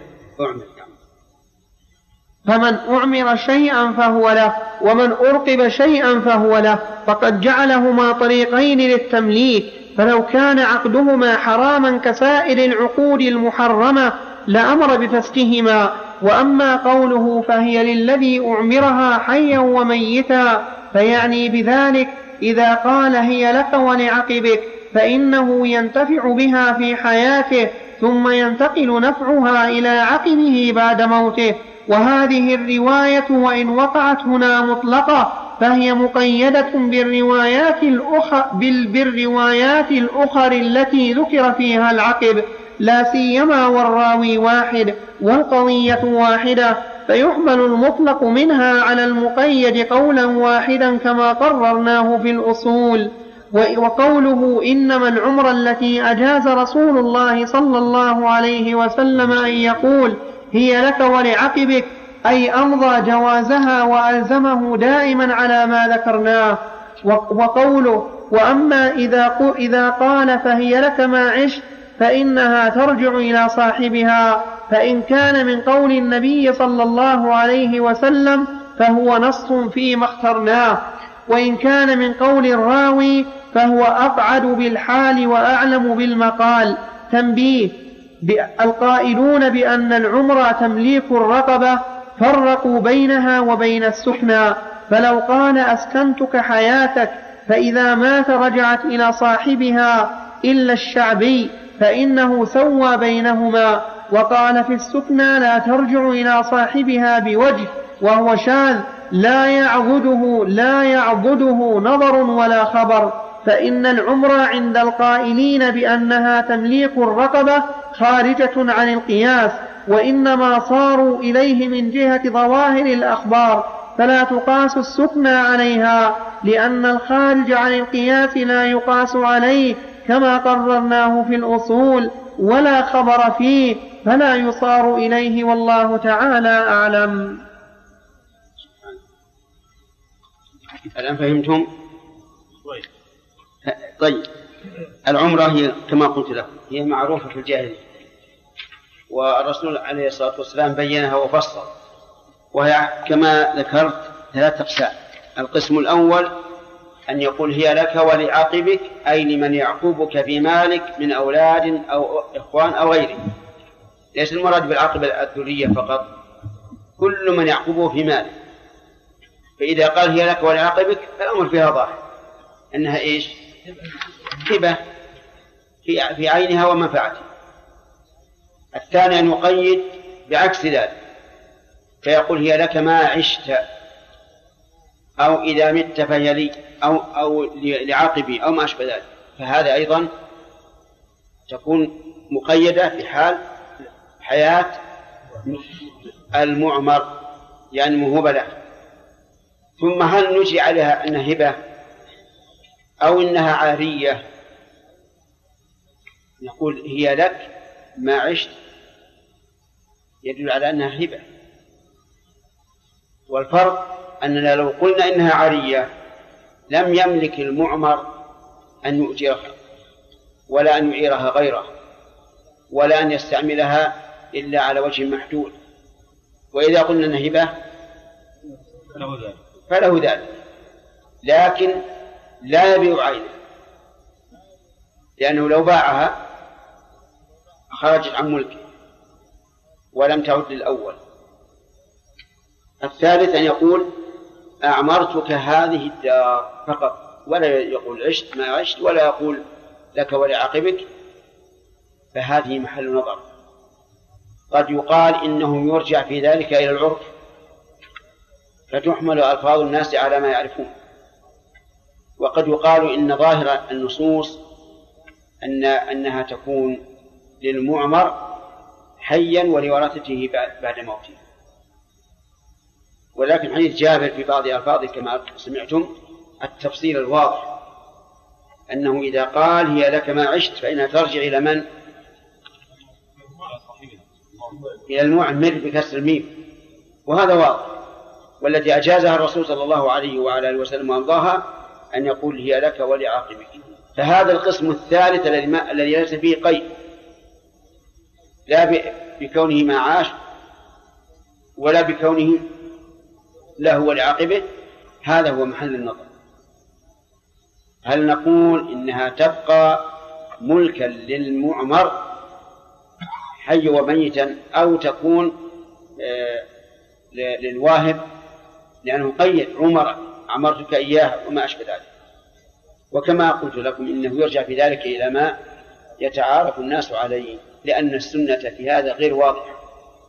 فمن أعمر شيئا فهو له ومن أرقب شيئا فهو له، فقد جعلهما طريقين للتمليك، فلو كان عقدهما حراما كسائر العقود المحرمة لأمر بفسخهما. وأما قوله فهي للذي أعمرها حيا وميتا فيعني بذلك إذا قال هي لك ولعقبك فإنه ينتفع بها في حياته ثم ينتقل نفعها إلى عقبه بعد موته. وهذه الرواية وإن وقعت هنا مطلقة فهي مقيدة بالروايات الأخر التي ذكر فيها العقب، لا سيما والراوي واحد والقضية واحدة، فيحمل المطلق منها على المقيد قولا واحدا كما قررناه في الأصول. وقوله إنما العمرة التي أجاز رسول الله صلى الله عليه وسلم أن يقول هي لك ولعقبك، أي أمضى جوازها وألزمه دائما على ما ذكرناه. وقوله وأما إذا قال فهي لك ما عشت فإنها ترجع إلى صاحبها، فإن كان من قول النبي صلى الله عليه وسلم فهو نص فيما اخترناه، وإن كان من قول الراوي فهو أقعد بالحال وأعلم بالمقال. تنبيه: القائلون بأن العمرة تمليك الرقبة فرقوا بينها وبين السكنى، فلو قال أسكنتك حياتك فإذا مات رجعت إلى صاحبها إلا الشعبي فإنه سوى بينهما، وقال في السكنى لا ترجع إلى صاحبها بوجه وهو شاذ لا يعضده نظر ولا خبر. فإن العمرة عند القائلين بأنها تمليك الرقبة خارجة عن القياس، وإنما صاروا إليه من جهة ظواهر الأخبار، فلا تقاس السكنى عليها، لأن الخارج عن القياس لا يقاس عليه كما قررناه في الأصول، ولا خبر فيه فلا يصار إليه، والله تعالى أعلم. الآن فهمتم؟ طيب، العمرة هي كما قلت لكم هي معروفة في الجاهلية، والرسول عليه الصلاة والسلام بينها وفصل، وهي كما ذكرت 3 أقسام. القسم الأول أن يقول هي لك ولعاقبك، أي لمن يعقبك في مالك من أولاد أو إخوان أو غيره، ليس المراد بالعقبة الذرية فقط، كل من يعقبه في مالك. فإذا قال هي لك ولعاقبك فالأمر فيها ظاهر أنها إيش؟ هبة في عينها ومنفعتها. الثاني أن يقيد بعكس ذلك فيقول هي لك ما عشت، أو إذا مت فهي لي، أو لعاقبي، أو ما أشبه ذلك، فهذا أيضا تكون مقيدة في حال حياة المعمر يعني موهوبة له. ثم هل نجي عليها أنها هبة أو إنها عارية؟ نقول هي لك ما عشت يدل على أنها هبة، والفرق أننا لو قلنا إنها عارية لم يملك المعمر أن يؤجرها ولا أن يعيرها غيره ولا أن يستعملها إلا على وجه محدود. وإذا قلنا أنها هبة فله ذلك، لكن لا يبيع عينه، لأنه لو باعها خرجت عن ملكه ولم تعد للأول. الثالث أن يقول أعمرتك هذه الدار فقط، ولا يقول عشت ما عشت، ولا يقول لك ولعاقبك، فهذه محل نظر. قد يقال إنه يرجع في ذلك إلى العرف فتحمل ألفاظ الناس على ما يعرفون، وقد يقال إن ظاهر النصوص أنها تكون للمعمر حيا ولورثته بعد موته. ولكن حديث جابر في بعض ألفاظه كما سمعتم التفصيل الواضح أنه إذا قال هي لك ما عشت فإنها ترجع إلى من؟ إلى المعمر بكسر الميم، وهذا واضح. والتي أجازها الرسول صلى الله عليه وعلى آله وسلم وأمضاها أن يقول هي لك ولعاقبك. فهذا القسم الثالث الذي ليس فيه قيد، لا بكونه ما عاش ولا بكونه له ولعاقبه، هذا هو محل النظر. هل نقول إنها تبقى ملكا للمعمر حي وميتا، أو تكون للواهب لأنه قيد عمرتك إياها وما أشبه ذلك. وكما قلت لكم إنه يرجع في ذلك إلى ما يتعارف الناس عليه، لأن السنة في هذا غير واضحة،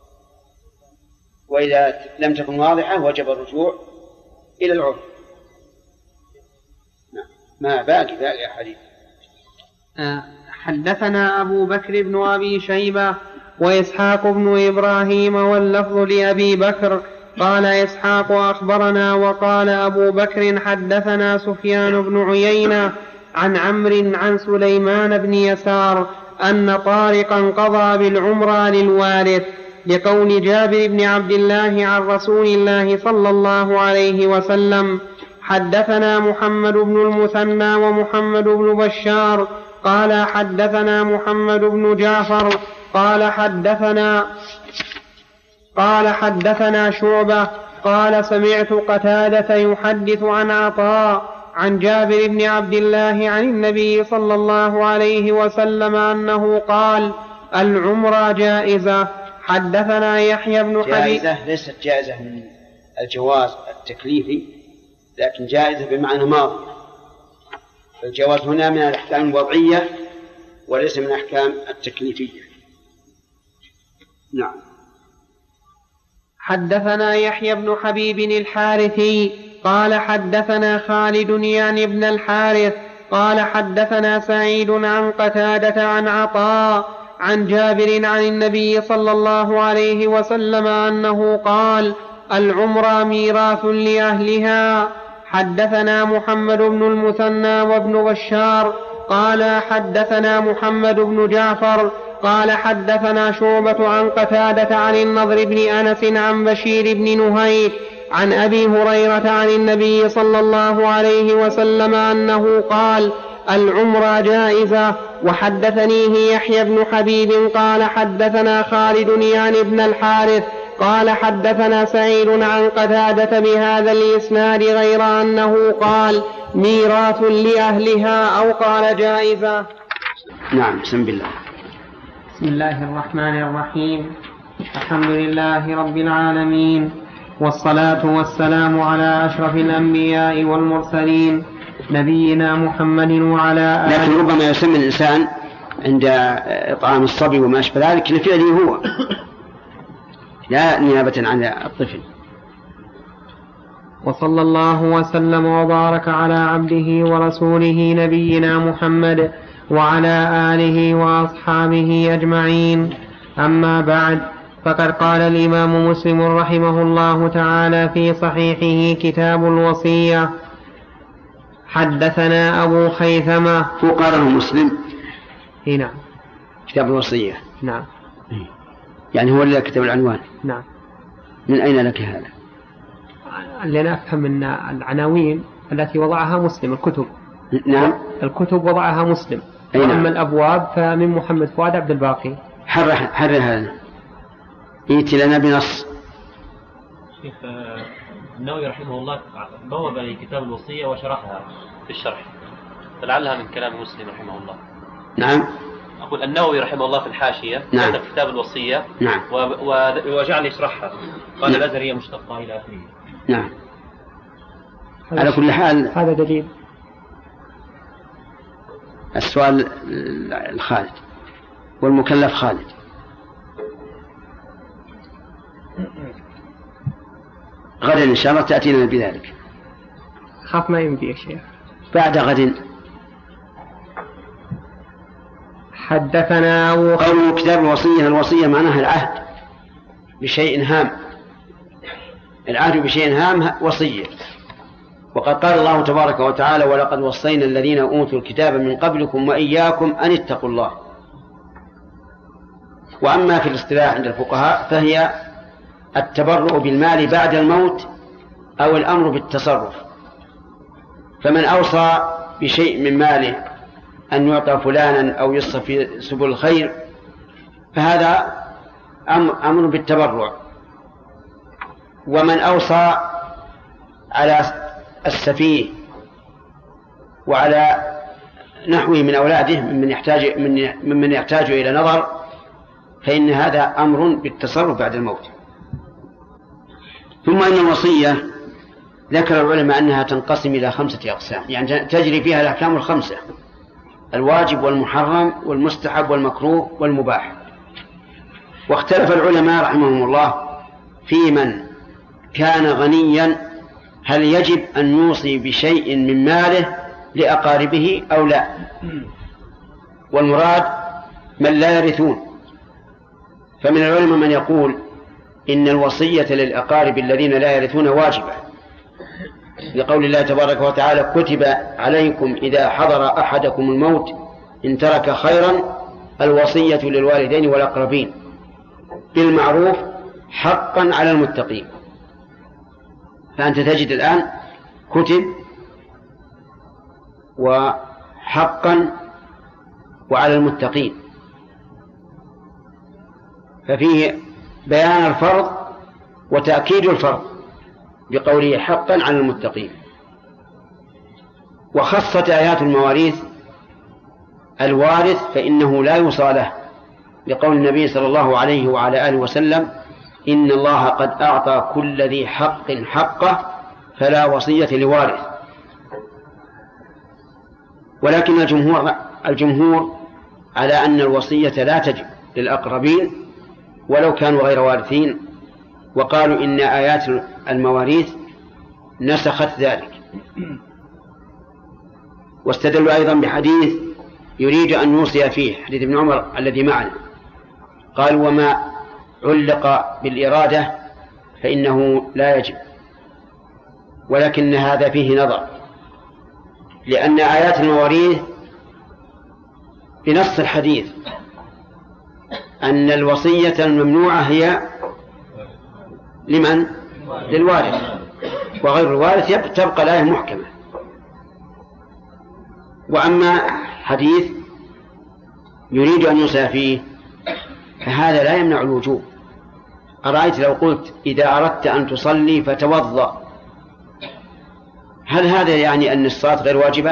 وإذا لم تكن واضحة وجب الرجوع إلى العرف. ما باقي حديث. حدثنا أبو بكر بن أبي شيبة وإسحاق بن إبراهيم واللفظ لأبي بكر قال إسحاق أخبرنا وقال أبو بكر حدثنا سفيان بن عيينة عن عمرو عن سليمان بن يسار أن طارقا قضى بالعمرة للوارث لقول جابر بن عبد الله عن رسول الله صلى الله عليه وسلم. حدثنا محمد بن المثنى ومحمد بن بشار قال حدثنا محمد بن جعفر قال حدثنا شعبة قال سمعت قتادة يحدث عن عطاء عن جابر بن عبد الله عن النبي صلى الله عليه وسلم أنه قال العمرة جائزة. حدثنا يحيى بن حبيب. جائزة ليست جائزة من الجواز التكليفي، لكن جائزة بمعنى ماضي. الجواز هنا من الأحكام الوضعية وليس من الأحكام التكليفية. نعم. حدثنا يحيى بن حبيب الحارثي قال حدثنا خالد يعني ابن الحارث قال حدثنا سعيد عن قتادة عن عطاء عن جابر عن النبي صلى الله عليه وسلم أنه قال العمرة ميراث لأهلها. حدثنا محمد بن المثنى وابن بشار قال حدثنا محمد بن جعفر قال حدثنا شعبة عن قتادة عن النضر بن أنس عن بشير بن نهيك عن أبي هريرة عن النبي صلى الله عليه وسلم أنه قال العمرة جائزة. وحدثنيه يحيى بن حبيب قال حدثنا خالد يعني ابن الحارث قال حدثنا سعيد عن قتادة بهذا الإسناد غير أنه قال ميراث لأهلها أو قال جائزة. نعم. بسم الله. بسم الله الرحمن الرحيم. الحمد لله رب العالمين والصلاة والسلام على أشرف الأنبياء والمرسلين نبينا محمد وعلى آله. لكن ربما يسمى الإنسان عند إطعام الصبي وما أشبه ذلك لفعله هو لا نيابة عن الطفل. وصلى الله وسلم وبارك على عبده ورسوله نبينا محمد وعلى آله وأصحابه أجمعين. أما بعد، فقد قال الإمام مسلم رحمه الله تعالى في صحيحه كتاب الوصية: حدثنا أبو خيثمة. هو قاله مسلم؟ نعم. كتاب الوصية. نعم. يعني هو اللي كتب العنوان. نعم. من أين لك هذا؟ لأن أفهم أن العناوين التي وضعها مسلم الكتب. نعم. الكتب وضعها مسلم. نعم. أما الأبواب فمن محمد فؤاد عبد الباقي. حرر هذا ائتي لنا بنص. شيخ النووي رحمه الله بوب لكتاب الوصية وشرحها في الشرح، فلعلها من كلام مسلم رحمه الله. نعم. أقول النووي رحمه الله في الحاشية نعم. كتب كتاب الوصية. نعم. وجعل يشرحها، قال الأزهر هي مشتقة إلى آخره. نعم. على كل حال هذا دليل. السؤال الخالد والمكلف خالد. غدا إن شاء الله تأتينا بذلك. خاف ما يمدي يا شيخ. بعد غد. حدثنا قول كتاب الوصية، الوصية معناها العهد بشيء هام. العهد بشيء هام وصية. وقد قال الله تبارك وتعالى: ولقد وصينا الذين أوتوا الكتاب من قبلكم وإياكم أن اتقوا الله. وأما في الاصطلاح عند الفقهاء فهي التبرؤ بالمال بعد الموت أو الأمر بالتصرف. فمن أوصى بشيء من ماله أن يعطى فلانا أو يصف في سبل الخير فهذا أمر بالتبرع. ومن أوصى على السفيه وعلى نحوه من أولاده ممن يحتاج إلى نظر فإن هذا أمر بالتصرف بعد الموت. ثم أن الوصية ذكر العلماء أنها تنقسم إلى 5 أقسام، يعني تجري فيها الأحكام ال5: الواجب والمحرم والمستحب والمكروه والمباح. واختلف العلماء رحمهم الله في من كان غنيا هل يجب أن يوصي بشيء من ماله لأقاربه أو لا. والمراد من لا يرثون. فمن العلماء من يقول إن الوصية للأقارب الذين لا يرثون واجبة، لقول الله تبارك وتعالى: كتب عليكم إذا حضر أحدكم الموت إن ترك خيرا الوصية للوالدين والأقربين بالمعروف حقا على المتقين. فأنت تجد الآن كتب وحقا وعلى المتقين، ففيه بيان الفرض وتأكيد الفرض بقوله حقا على المتقين. وخصت آيات المواريث الوارث فإنه لا يوصى له، لقول النبي صلى الله عليه وعلى آله وسلم: إن الله قد أعطى كل ذي حق حقه فلا وصية لوارث. ولكن الجمهور على أن الوصية لا تجب للأقربين ولو كانوا غير وارثين، وقالوا إن آيات المواريث نسخت ذلك. واستدلوا أيضا بحديث يريد أن يوصي فيه، حديث ابن عمر الذي معنا، قالوا: وما علق بالإرادة فإنه لا يجب. ولكن هذا فيه نظر، لأن آيات المواريث بنص الحديث أن الوصية الممنوعة هي لمن؟ للوارث، وغير الوارث تبقى الآية محكمة. وأما حديث يريد أن يوصى فيه فهذا لا يمنع الوجوب. أرأيت لو قلت: إذا أردت أن تصلي فتوضأ، هل هذا يعني أن الصلاة غير واجبة؟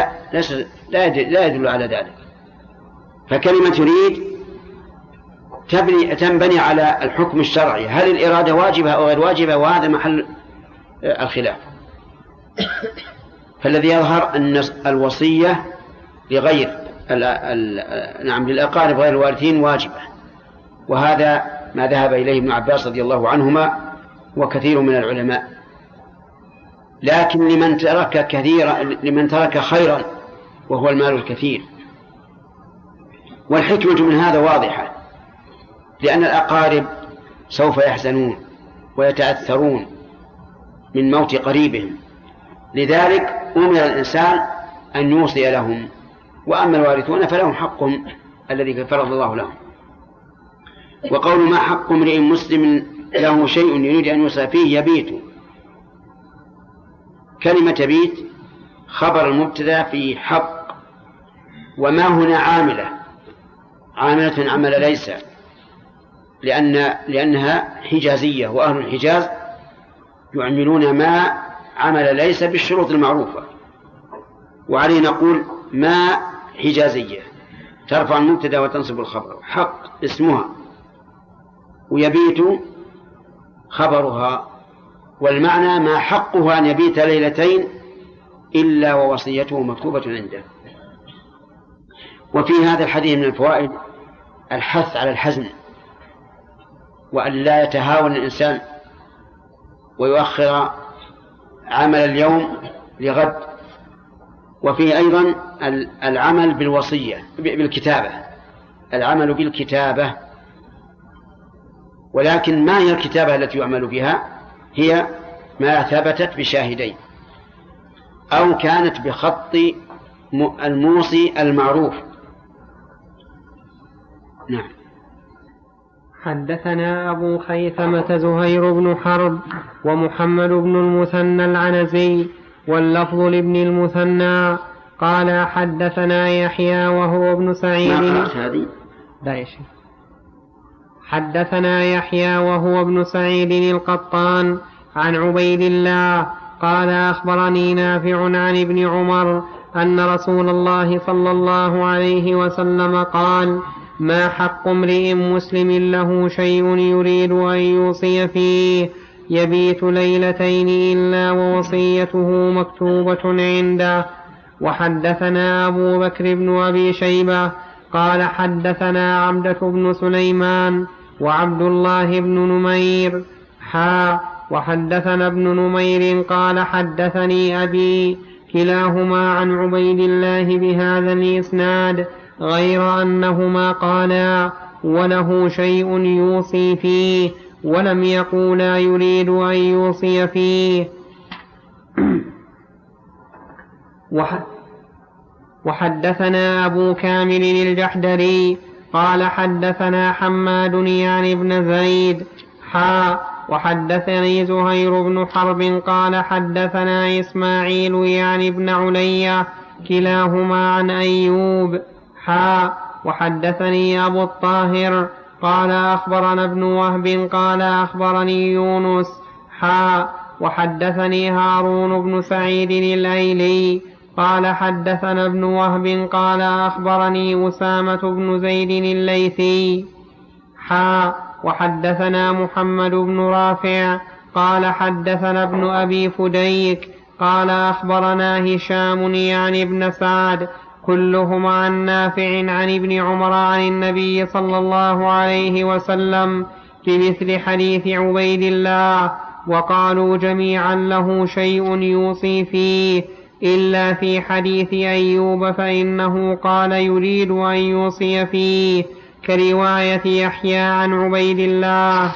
لا يدل على ذلك. فكلمة يريد تنبني على الحكم الشرعي، هل الإرادة واجبة أو غير واجبة، وهذا محل الخلاف. فالذي يظهر أن الوصية لغير للأقارب غير الوارثين واجبة، وهذا ما ذهب إليه ابن عباس رضي الله عنهما وكثير من العلماء. لكن لمن ترك خيرا وهو المال الكثير. والحكمة من هذا واضحة، لأن الأقارب سوف يحزنون ويتأثرون من موت قريبهم، لذلك أمر الإنسان أن يوصي لهم، وأما الوارثون فلهم حقهم الذي فرض الله لهم. وقول ما حق امرئ مسلم له شيء يريد أن يوصى فيه يبيت، كلمة يبيت خبر المبتدأ في حق، وما هنا عاملة عمل ليس، لأنها حجازية، وأهل الحجاز يعملون ما عمل ليس بالشروط المعروفة، وعليه نقول ما حجازية ترفع المبتدأ وتنصب الخبر. حق اسمها، ويبيت خبرها، والمعنى ما حقها أن يبيت ليلتين إلا ووصيته مكتوبة عنده. وفي هذا الحديث من الفوائد الحث على الحزم، وأن لا يتهاون الإنسان ويؤخر عمل اليوم لغد. وفيه أيضا العمل بالوصية بالكتابة، العمل بالكتابة. ولكن ما هي الكتابة التي يعمل بها؟ هي ما ثبتت بشاهدين أو كانت بخط الموصي المعروف. نعم. حدثنا أبو خيثمة زهير بن حرب ومحمد بن المثنى العنزي واللفظ لابن المثنى قال حدثنا يحيى وهو ابن سعيد. حدثنا يحيى وهو ابن سعيد القطان عن عبيد الله قال أخبرني نافع عن ابن عمر أن رسول الله صلى الله عليه وسلم قال ما حق امرئ مسلم له شيء يريد أن يوصي فيه يبيت ليلتين إلا ووصيته مكتوبة عنده. وحدثنا أبو بكر بن أبي شيبة قال حدثنا عبدة بن سليمان وعبد الله بن نمير وحدثنا ابن نمير قال حدثني أبي كلاهما عن عبيد الله بهذا الإسناد غير أنهما قالا وله شيء يوصي فيه ولم يقولا يريد أن يوصي فيه. وحدثنا أبو كامل الجحدري قال حدثنا حماد يعني ابن زيد وحدثني زهير بن حرب قال حدثنا إسماعيل يعني ابن عليا كلاهما عن أيوب وحدثني أبو الطاهر قال أخبرنا ابن وهب قال أخبرني يونس وحدثني هارون بن سعيد الأيلي قال حدثنا ابن وهب قال أخبرني أسامة بن زيد الليثي وحدثنا محمد بن رافع قال حدثنا ابن أبي فديك قال أخبرنا هشام يعني ابن سعد كلهم عن نافع عن ابن عمر عن النبي صلى الله عليه وسلم بمثل حديث عبيد الله، وقالوا جميعا له شيء يوصي فيه إلا في حديث أيوب فإنه قال يريد أن يوصي فيه كرواية يحيى عن عبيد الله.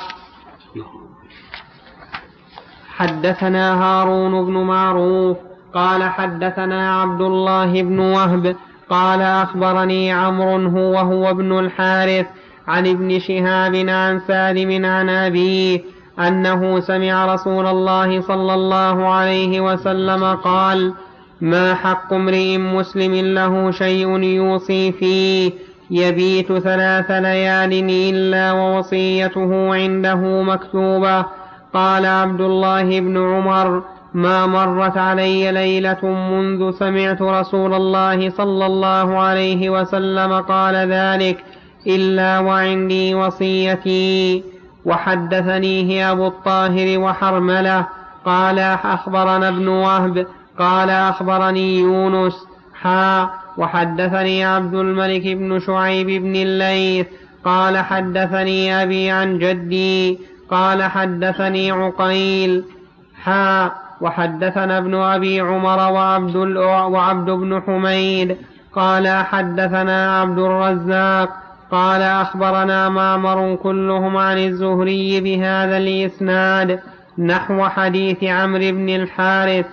حدثنا هارون بن معروف قال حدثنا عبد الله بن وهب قال أخبرني عمرو وهو ابن الحارث عن ابن شهاب عن سالم عن أبيه أنه سمع رسول الله صلى الله عليه وسلم قال ما حق امرئ مسلم له شيء يوصي فيه يبيت 3 ليال إلا ووصيته عنده مكتوبة. قال عبد الله بن عمر ما مرت علي ليلة منذ سمعت رسول الله صلى الله عليه وسلم قال ذلك إلا وعندي وصيتي. وحدثنيه أبو الطاهر وحرملة قال أخبرنا ابن وهب قال أخبرني يونس وحدثني عبد الملك بن شعيب بن الليث قال حدثني أبي عن جدي قال حدثني عقيل وحدثنا ابن أبي عمر وعبد بن حميد قال حدثنا عبد الرزاق قال أخبرنا معمر كلهم عن الزهري بهذا الإسناد نحو حديث عمرو بن الحارث.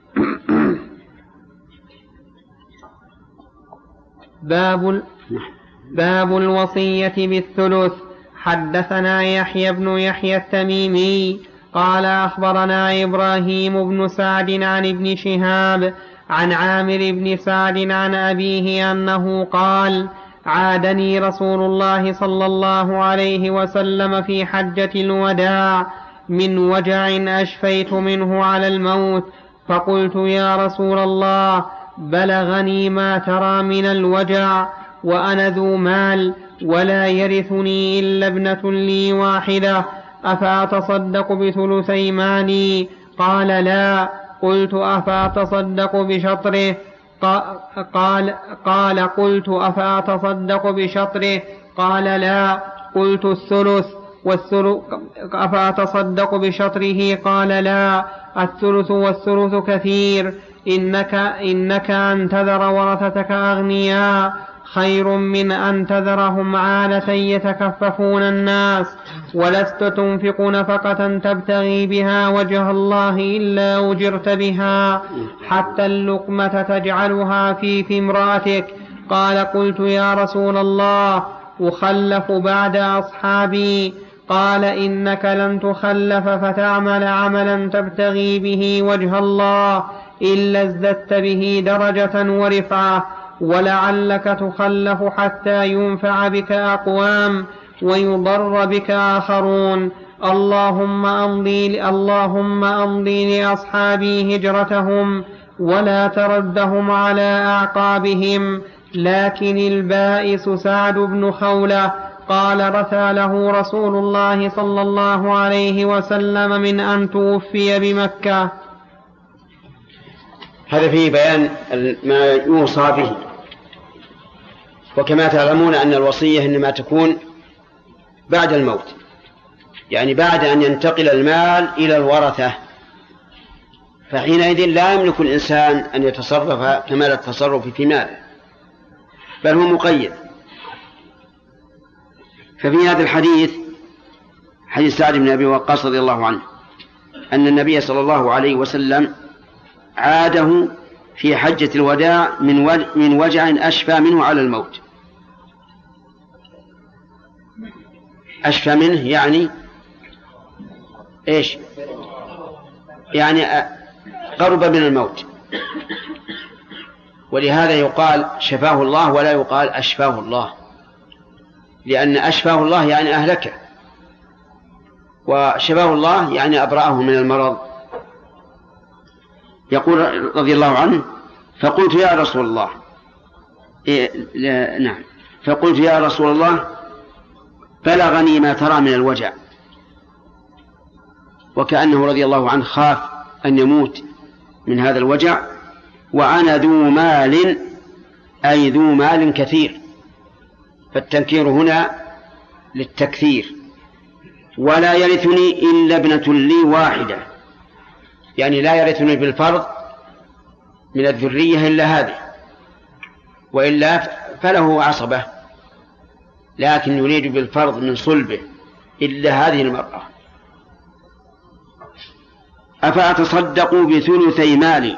باب الوصية بالثلث. حدثنا يحيى بن يحيى التميمي قال أخبرنا إبراهيم بن سعد عن ابن شهاب عن عامر بن سعد عن أبيه أنه قال عادني رسول الله صلى الله عليه وسلم في حجة الوداع من وجع أشفيت منه على الموت، فقلت يا رسول الله بلغني ما ترى من الوجع وأنا ذو مال ولا يرثني إلا ابنة لي واحدة، أفأتصدق بثلثي مالي؟ قال لا. قلت أفأتصدق بشطره؟ قال قلت أفأتصدق بشطره؟ قال لا. قلت الثلث أفأتصدق بشطره؟ قال لا. الثلث والثلث كثير، إنك أن تذر ورثتك أغنياء خير من أن تذرهم عالة يتكففون الناس، ولست تنفق نفقة تبتغي بها وجه الله إلا أجرت بها حتى اللقمة تجعلها في امرأتك. قال قلت يا رسول الله أخلف بعد أصحابي؟ قال إنك لن تخلف فتعمل عملا تبتغي به وجه الله إلا ازددت به درجة ورفعة، ولعلك تخلف حتى ينفع بك أقوام ويضر بك آخرون. اللهم أمضي لأصحابي هجرتهم ولا تردهم على أعقابهم. لكن البائس سعد بن خولة قال رثى له رسول الله صلى الله عليه وسلم من أن توفي بمكة. هذا فيه بيان ما يوصى به. وكما تعلمون أن الوصية إنما تكون بعد الموت، يعني بعد أن ينتقل المال إلى الورثة، فحينئذ لا يملك الإنسان أن يتصرف كمال التصرف في ماله، بل هو مقيد. ففي هذا الحديث حديث سعد بن أبي وقاص رضي الله عنه أن النبي صلى الله عليه وسلم عاده في حجة الوداع من وجع أشفى منه على الموت. أشفى منه يعني إيش؟ يعني قرب من الموت، ولهذا يقال شفاه الله ولا يقال أشفاه الله، لأن أشفاه الله يعني أهلكه، وشفاه الله يعني أبرأه من المرض. يقول رضي الله عنه فقلت يا رسول الله فقلت يا رسول الله بلغني ما ترى من الوجع، وكأنه رضي الله عنه خاف أن يموت من هذا الوجع، وأنا ذو مال أي ذو مال كثير، فالتنكير هنا للتكثير. ولا يرثني إلا ابنة لي واحدة، يعني لا يرثني بالفرض من الذرية إلا هذه، وإلا فله عصبة، لكن يريد بالفرض من صلبه إلا هذه المرأة. أفأتصدق بثلثي مالي؟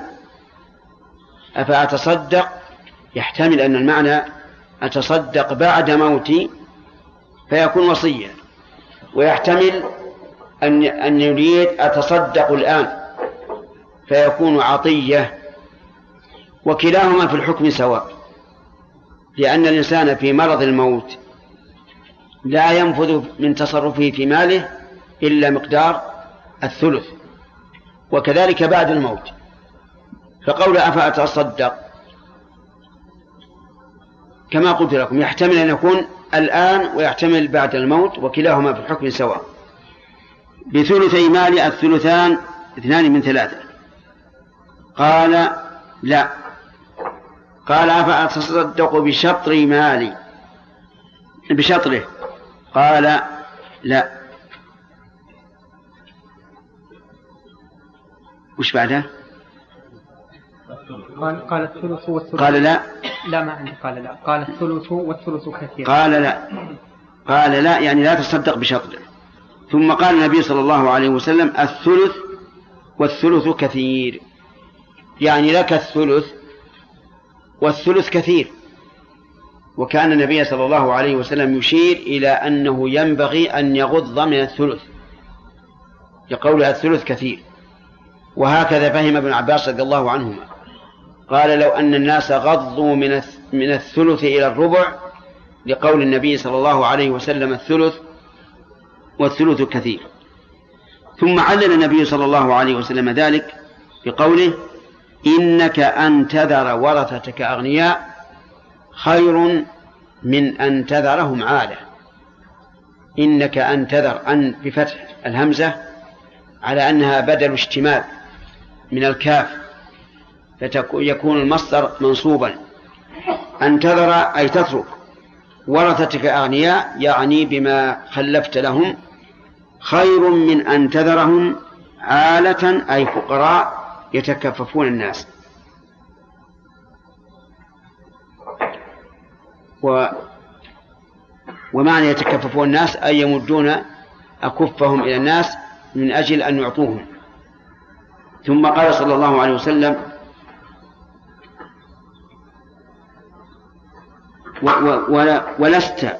أفأتصدق يحتمل أن المعنى أتصدق بعد موتي فيكون وصية، ويحتمل أن يريد أتصدق الآن فيكون عطية، وكلاهما في الحكم سواء، لأن الإنسان في مرض الموت لا ينفذ من تصرفه في ماله إلا مقدار الثلث، وكذلك بعد الموت. فقول أفأتصدق كما قلت لكم يحتمل أن يكون الآن ويحتمل بعد الموت، وكلاهما في الحكم سواء. بثلثي مالي الثلثان 2 من 3. قال لا. قال أفأتصدق بشطر مالي بشطره؟ قال لا. وش بعده؟ قال الثلث والثلث. قال لا. لا ما عندي. قال لا. قال الثلث والثلث كثير. قال لا. قال لا يعني لا تصدق بشطره. ثم قال النبي صلى الله عليه وسلم الثلث والثلث كثير، يعني لك الثلث والثلث كثير. وكان النبي صلى الله عليه وسلم يشير إلى أنه ينبغي أن يغض من الثلث، يقول الثلث كثير. وهكذا فهم ابن عباس رضي الله عنهما، قال لو أن الناس غضوا من الثلث إلى الربع، لقول النبي صلى الله عليه وسلم الثلث والثلث كثير. ثم علل النبي صلى الله عليه وسلم ذلك بقوله إنك أن تذر ورثتك أغنياء خير من أن تذرهم عالة. إنك أن تذر، أن بفتح الهمزة على أنها بدل اشتمال من الكاف، فيكون المصدر منصوبا. أن تذر أي تترك ورثتك أغنياء، يعني بما خلفت لهم، خير من أن تذرهم عالة أي فقراء يتكففون الناس. ومعنى يتكففون الناس أي يمدون أكفهم إلى الناس من أجل أن يعطوهم. ثم قال صلى الله عليه وسلم ولست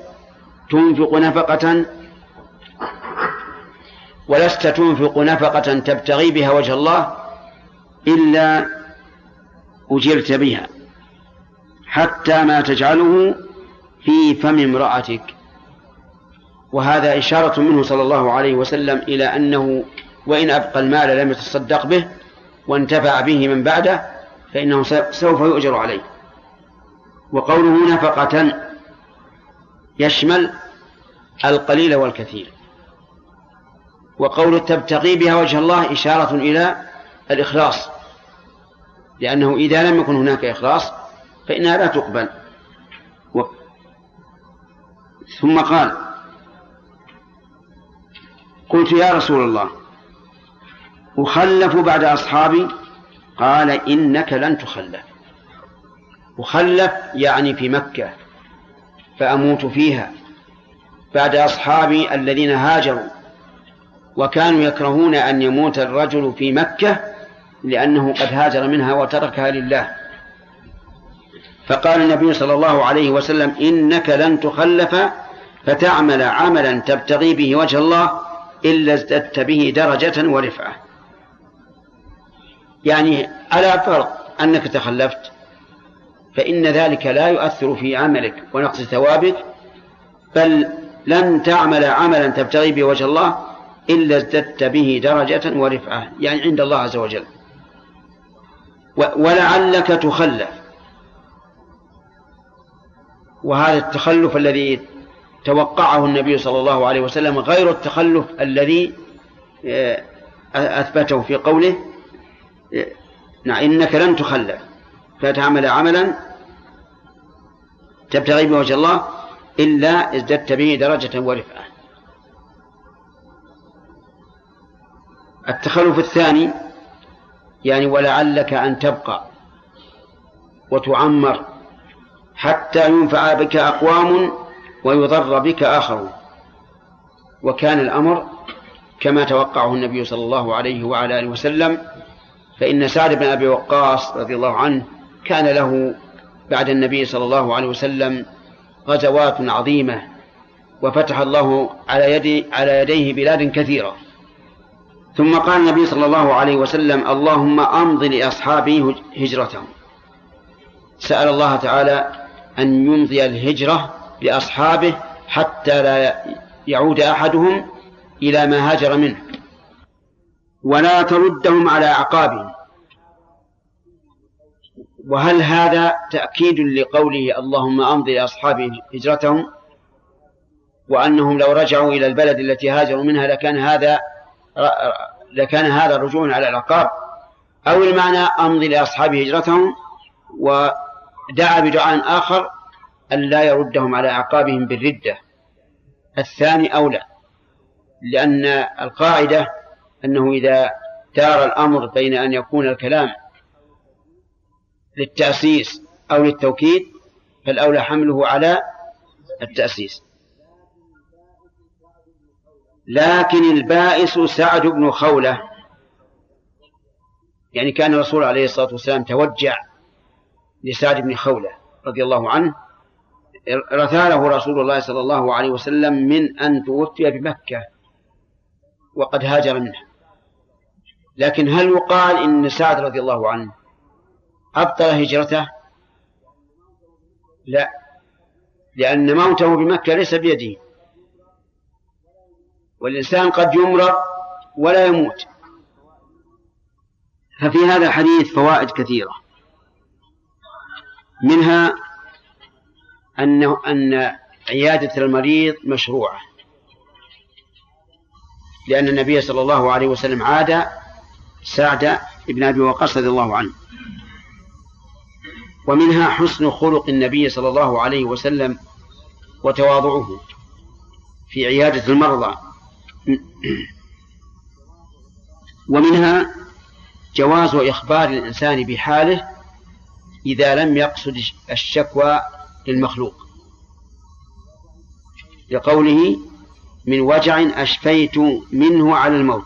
تنفق نفقة تبتغي بها وجه الله إلا أجرت بها حتى ما تجعله في فم امرأتك. وهذا إشارة منه صلى الله عليه وسلم إلى أنه وإن أبقى المال لم يتصدق به وانتفع به من بعده فإنه سوف يؤجر عليه. وقوله نفقة يشمل القليل والكثير. وقول تبتغي بها وجه الله إشارة إلى الإخلاص، لأنه إذا لم يكن هناك إخلاص فإنها لا تقبل. ثم قال قلت يا رسول الله أخلف بعد أصحابي؟ قال إنك لن تخلف. أخلف يعني في مكة فأموت فيها بعد أصحابي الذين هاجروا، وكانوا يكرهون أن يموت الرجل في مكة لأنه قد هاجر منها وتركها لله. فقال النبي صلى الله عليه وسلم إنك لن تخلف فتعمل عملا تبتغي به وجه الله إلا ازددت به درجة ورفعة. يعني على فرض أنك تخلفت فإن ذلك لا يؤثر في عملك ونقص ثوابك، بل لن تعمل عملا تبتغي به وجه الله إلا ازددت به درجة ورفعة، يعني عند الله عز وجل. ولعلك تخلف، وهذا التخلف الذي توقعه النبي صلى الله عليه وسلم غير التخلف الذي أثبته في قوله إنك لن تخلف فتعمل عملا تبتغي به وجه الله إلا ازددت به درجة ورفعة. التخلف الثاني يعني ولعلك أن تبقى وتعمر حتى ينفع بك أقوام ويضر بك آخرون. وكان الأمر كما توقعه النبي صلى الله عليه وعلى آله وسلم، فإن سعد بن أبي وقاص رضي الله عنه كان له بعد النبي صلى الله عليه وسلم غزوات عظيمة، وفتح الله على يديه بلاد كثيرة. ثم قال النبي صلى الله عليه وسلم اللهم أمض لأصحابي هجرتهم. سأل الله تعالى أن يمضي الهجرة لأصحابه حتى لا يعود أحدهم إلى ما هاجر منه، ولا تردهم على أعقابهم. وهل هذا تأكيد لقوله اللهم أمضي لأصحابه هجرتهم، وأنهم لو رجعوا إلى البلد التي هاجروا منها لكان هذا رجوع على العقاب، أو المعنى أمضي لأصحاب هجرتهم ودعا بدعاء آخر أن لا يردهم على أعقابهم بالردة. الثاني أولى، لأن القاعدة أنه إذا دار الأمر بين أن يكون الكلام للتأسيس أو للتوكيد فالأولى حمله على التأسيس. لكن البائس سعد بن خولة، يعني كان الرسول عليه الصلاة والسلام توجع لسعد بن خولة رضي الله عنه، رثاله رسول الله صلى الله عليه وسلم من أن توفي بمكة وقد هاجر منها. لكن هل يقال إن سعد رضي الله عنه أبطل هجرته؟ لا، لأن موته بمكة ليس بيده، والإنسان قد يمرض ولا يموت. ففي هذا الحديث فوائد كثيرة، منها أن عيادة المريض مشروعة، لأن النبي صلى الله عليه وسلم عاد سعد بن أبي وقاص رضي الله عنه. ومنها حسن خلق النبي صلى الله عليه وسلم وتواضعه في عيادة المرضى. ومنها جواز إخبار الإنسان بحاله إذا لم يقصد الشكوى للمخلوق، لقوله من وجع أشفيت منه على الموت.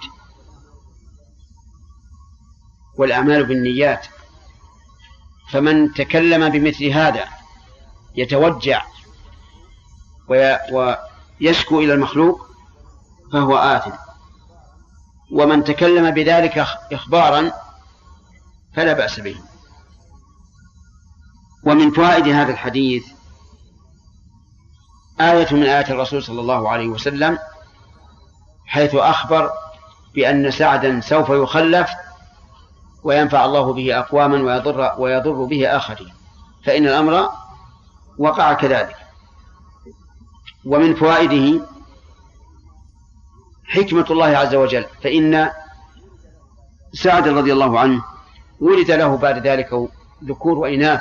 والأعمال بالنيات، فمن تكلم بمثل هذا يتوجع ويشكو إلى المخلوق فهو آثم، ومن تكلم بذلك إخبارا فلا بأس به. ومن فوائد هذا الحديث آية من آيات الرسول صلى الله عليه وسلم، حيث أخبر بأن سعدا سوف يخلف وينفع الله به أقواما ويضر به آخرين، فإن الأمر وقع كذلك. ومن فوائده حكمة الله عز وجل، فإن سعد رضي الله عنه ولد له بعد ذلك ذكور وإناث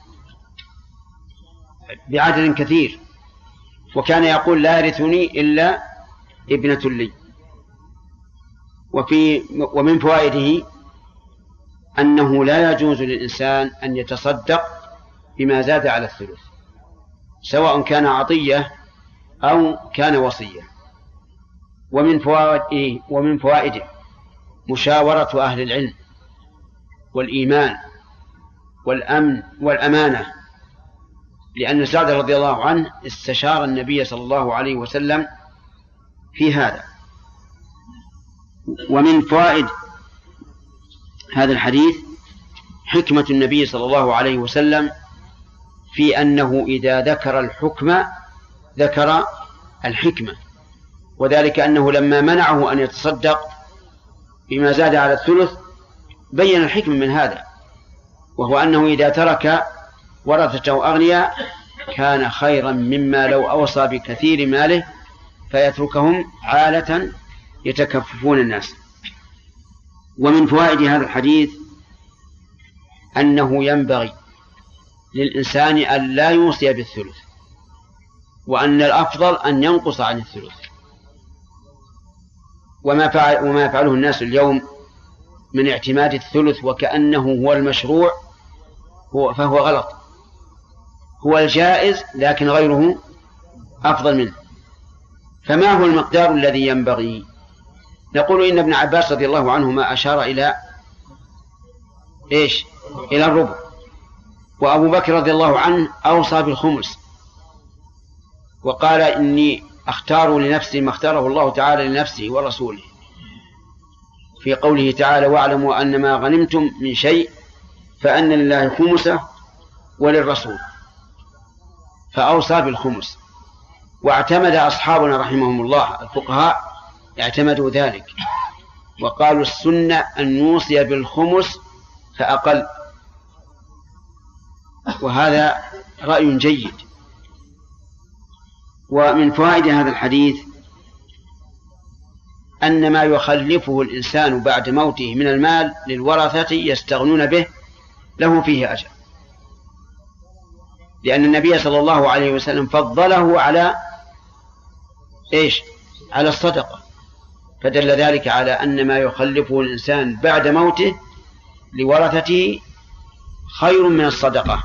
بعدد كثير، وكان يقول لا يرثني إلا ابنة لي. ومن فوائده أنه لا يجوز للإنسان أن يتصدق بما زاد على الثلث، سواء كان عطية أو كان وصية. ومن فوائده مشاورة أهل العلم والإيمان والأمن والأمانة، لأن سعد رضي الله عنه استشار النبي صلى الله عليه وسلم في هذا. ومن فوائد هذا الحديث حكمة النبي صلى الله عليه وسلم في أنه إذا ذكر الحكم ذكر الحكمة، وذلك أنه لما منعه أن يتصدق بما زاد على الثلث بين الحكمة من هذا، وهو أنه إذا ترك ورثته أغنياء كان خيرا مما لو أوصى بكثير ماله فيتركهم عالة يتكففون الناس. ومن فوائد هذا الحديث أنه ينبغي للإنسان أن لا يوصي بالثلث، وأن الأفضل أن ينقص عن الثلث. وما يفعله الناس اليوم من اعتماد الثلث وكأنه هو المشروع فهو غلط، هو الجائز لكن غيره أفضل منه. فما هو المقدار الذي ينبغي؟ نقول إن ابن عباس رضي الله عنهما أشار إلى إلى الربع، وأبو بكر رضي الله عنه أوصى بالخمس وقال إني أختار لنفسي ما اختاره الله تعالى لنفسه ورسوله في قوله تعالى واعلموا أن ما غنمتم من شيء فأن لله خمسه وللرسول، فأوصى بالخمس. واعتمد أصحابنا رحمهم الله الفقهاء اعتمدوا ذلك وقالوا السنة أن نوصي بالخمس فأقل، وهذا رأي جيد. ومن فوائد هذا الحديث أن ما يخلفه الإنسان بعد موته من المال للورثة يستغنون به له فيه أجر، لأن النبي صلى الله عليه وسلم فضله على على الصدقة، فدل ذلك على أن ما يخلفه الإنسان بعد موته لورثته خير من الصدقة.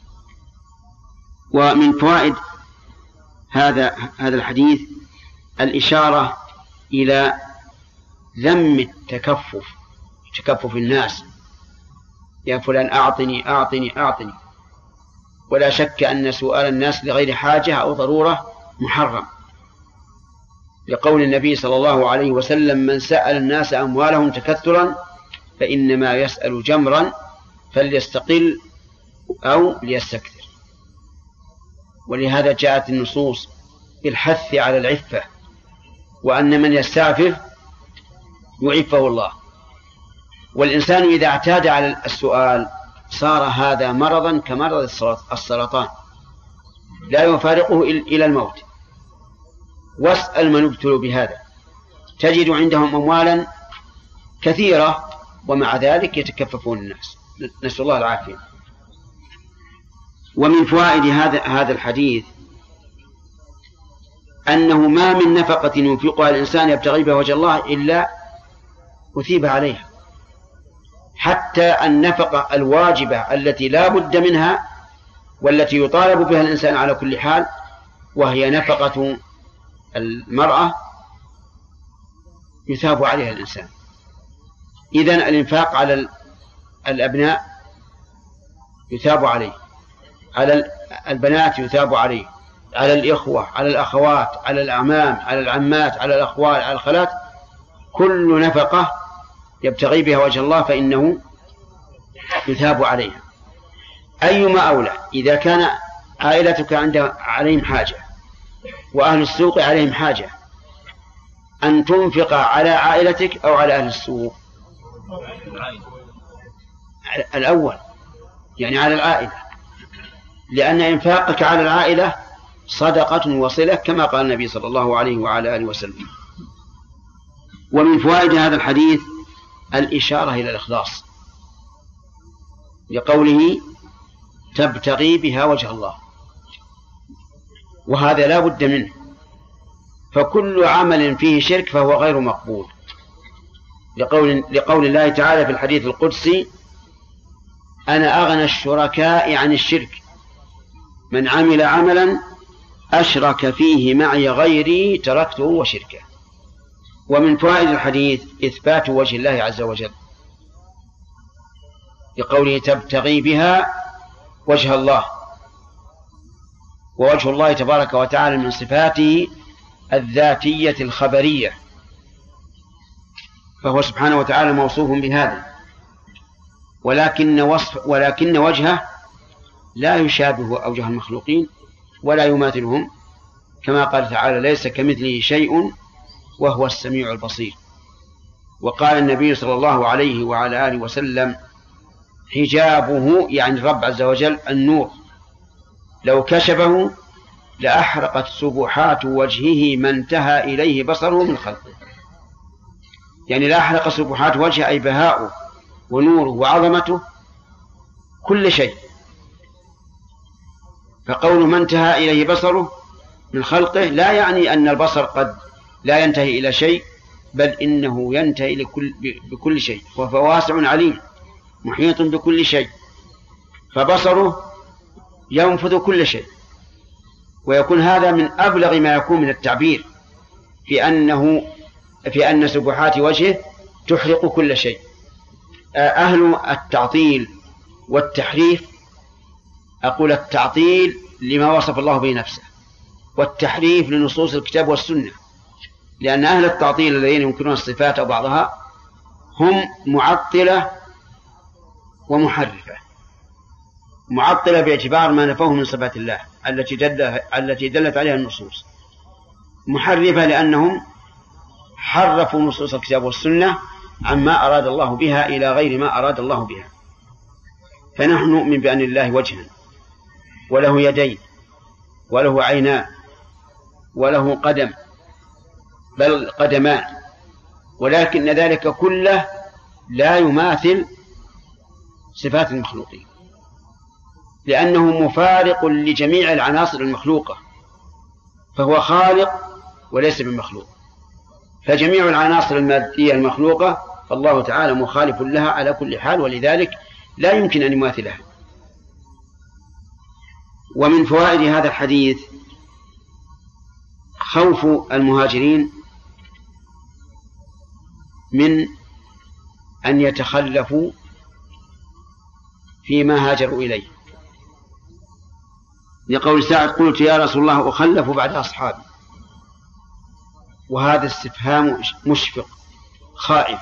ومن فوائد هذا الحديث الإشارة إلى ذم تكفف الناس، يا فلان أعطني أعطني أعطني، ولا شك أن سؤال الناس لغير حاجة أو ضرورة محرم، لقول النبي صلى الله عليه وسلم: من سأل الناس أموالهم تكثرا فإنما يسأل جمرا فليستقل أو ليستكثر. ولهذا جاءت النصوص بالحث على العفة، وأن من يستعفف يعفه الله. والإنسان إذا اعتاد على السؤال صار هذا مرضا كمرض السرطان لا يفارقه إلى الموت. واسأل من ابتلوا بهذا تجد عندهم أموالا كثيرة ومع ذلك يتكففون الناس، نسأل الله العافية. ومن فوائد هذا الحديث أنه ما من نفقة ينفقها الإنسان يبتغي بها وجه الله إلا أثيب عليها، حتى النفقة الواجبة التي لا بد منها والتي يطالب بها الإنسان على كل حال، وهي نفقة المرأة، يثاب عليها الإنسان. إذن الإنفاق على الأبناء يثاب عليه، على البنات يثاب عليه، على الإخوة، على الأخوات، على الأعمام، على العمات، على الأخوال، على الخالات، كل نفقة يبتغي بها وجه الله فإنه يثاب عليها. أيما أولى إذا كان عائلتك عليهم حاجة وأهل السوق عليهم حاجة، أن تنفق على عائلتك أو على أهل السوق؟ الأول، يعني على العائلة، لأن إنفاقك على العائلة صدقة وصلة كما قال النبي صلى الله عليه وعلى آله وسلم. ومن فوائد هذا الحديث الإشارة إلى الإخلاص، لقوله: تبتغي بها وجه الله، وهذا لا بد منه، فكل عمل فيه شرك فهو غير مقبول، لقول الله تعالى في الحديث القدسي: أنا أغنى الشركاء عن الشرك، من عمل عملا أشرك فيه معي غيري تركته وشركه. ومن فوائد الحديث إثبات وجه الله عز وجل، لقوله: تبتغي بها وجه الله، ووجه الله تبارك وتعالى من صفاته الذاتية الخبرية، فهو سبحانه وتعالى موصوف بهذا، ولكن وجهه لا يشابه أوجه المخلوقين ولا يماثلهم، كما قال تعالى: ليس كمثله شيء وهو السميع البصير. وقال النبي صلى الله عليه وعلى آله وسلم: حجابه، يعني الرب عز وجل، النور، لو كشفه لأحرقت سبحات وجهه ما انتهى إليه بصره من خلقه، يعني لا أحرق سبحات وجهه أي بهاؤه ونوره وعظمته كل شيء. فقول ما انتهى إليه بصره من خلقه لا يعني أن البصر قد لا ينتهي إلى شيء، بل إنه ينتهي بكل شيء، وهو واسع عليم محيط بكل شيء، فبصره ينفذ كل شيء. ويكون هذا من أبلغ ما يكون من التعبير في أن سبحات وجهه تحرق كل شيء. أهل التعطيل والتحريف، أقول التعطيل لما وصف الله به نفسه، والتحريف لنصوص الكتاب والسنة، لأن أهل التعطيل الذين ينكرون الصفات أو بعضها هم معطلة ومحرفة. معطلة باعتبار ما نفوه من صفات الله التي دلت عليها النصوص، محرفة لأنهم حرفوا نصوص الكتاب والسنة عما أراد الله بها إلى غير ما أراد الله بها. فنحن نؤمن بأن الله وجها وله يدين وله عينان وله قدم بل قدمان، ولكن ذلك كله لا يماثل صفات المخلوقين، لأنه مفارق لجميع العناصر المخلوقة، فهو خالق وليس بمخلوق. فجميع العناصر المادية المخلوقة فالله تعالى مخالف لها على كل حال، ولذلك لا يمكن أن يماثلها. ومن فوائد هذا الحديث خوف المهاجرين من أن يتخلفوا فيما هاجروا إليه، لقول سعد: قلت يا رسول الله أخلف بعد أصحابي. وهذا استفهام مشفق خائف،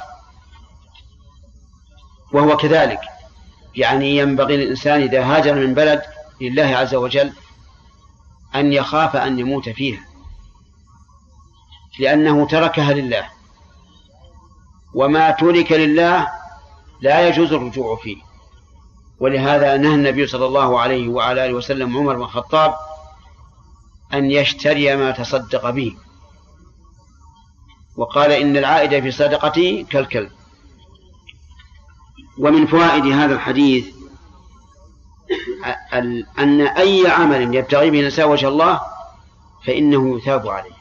وهو كذلك، يعني ينبغي للإنسان إذا هاجر من بلد لله عز وجل أن يخاف أن يموت فيها، لأنه تركها لله، وما ترك لله لا يجوز الرجوع فيه. ولهذا نهى النبي صلى الله عليه وعلى آله وسلم عمر بن الخطاب أن يشتري ما تصدق به، وقال: إن العائد في صدقتي كالكلب. ومن فوائد هذا الحديث أن أي عمل يبتغي به الإنسان وجه الله فإنه يثاب عليه،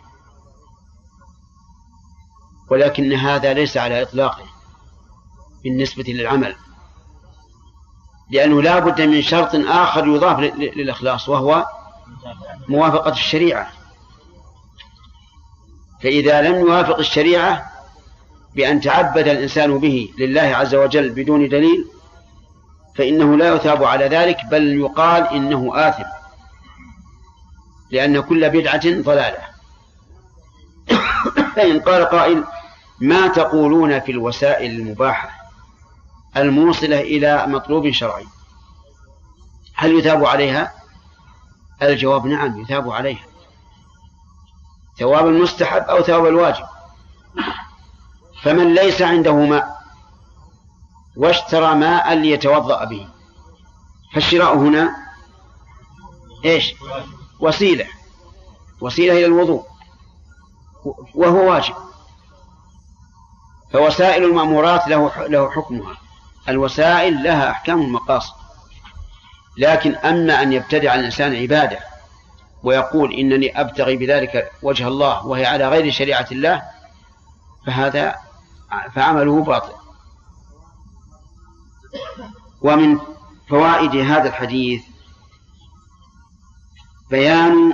ولكن هذا ليس على إطلاقه بالنسبة للعمل، لأنه لا بد من شرط آخر يضاف للإخلاص، وهو موافقة الشريعة. فإذا لم يوافق الشريعة بأن تعبد الإنسان به لله عز وجل بدون دليل فإنه لا يثاب على ذلك، بل يقال إنه آثم، لأن كل بدعة ضلالة. فإن قال قائل: ما تقولون في الوسائل المباحة الموصلة إلى مطلوب شرعي، هل يثاب عليها؟ الجواب: نعم، يثاب عليها، ثواب المستحب أو ثواب الواجب. فمن ليس عنده ماء واشترى ماء ليتوضأ به، فالشراء هنا إيش؟ وسيلة إلى الوضوء، وهو واجب. فوسائل المأمورات له حكمها، الوسائل لها أحكام المقاصد. لكن أما أن يبتدع الإنسان عبادة ويقول إنني أبتغي بذلك وجه الله وهي على غير شريعة الله، فعمله باطل. ومن فوائد هذا الحديث بيان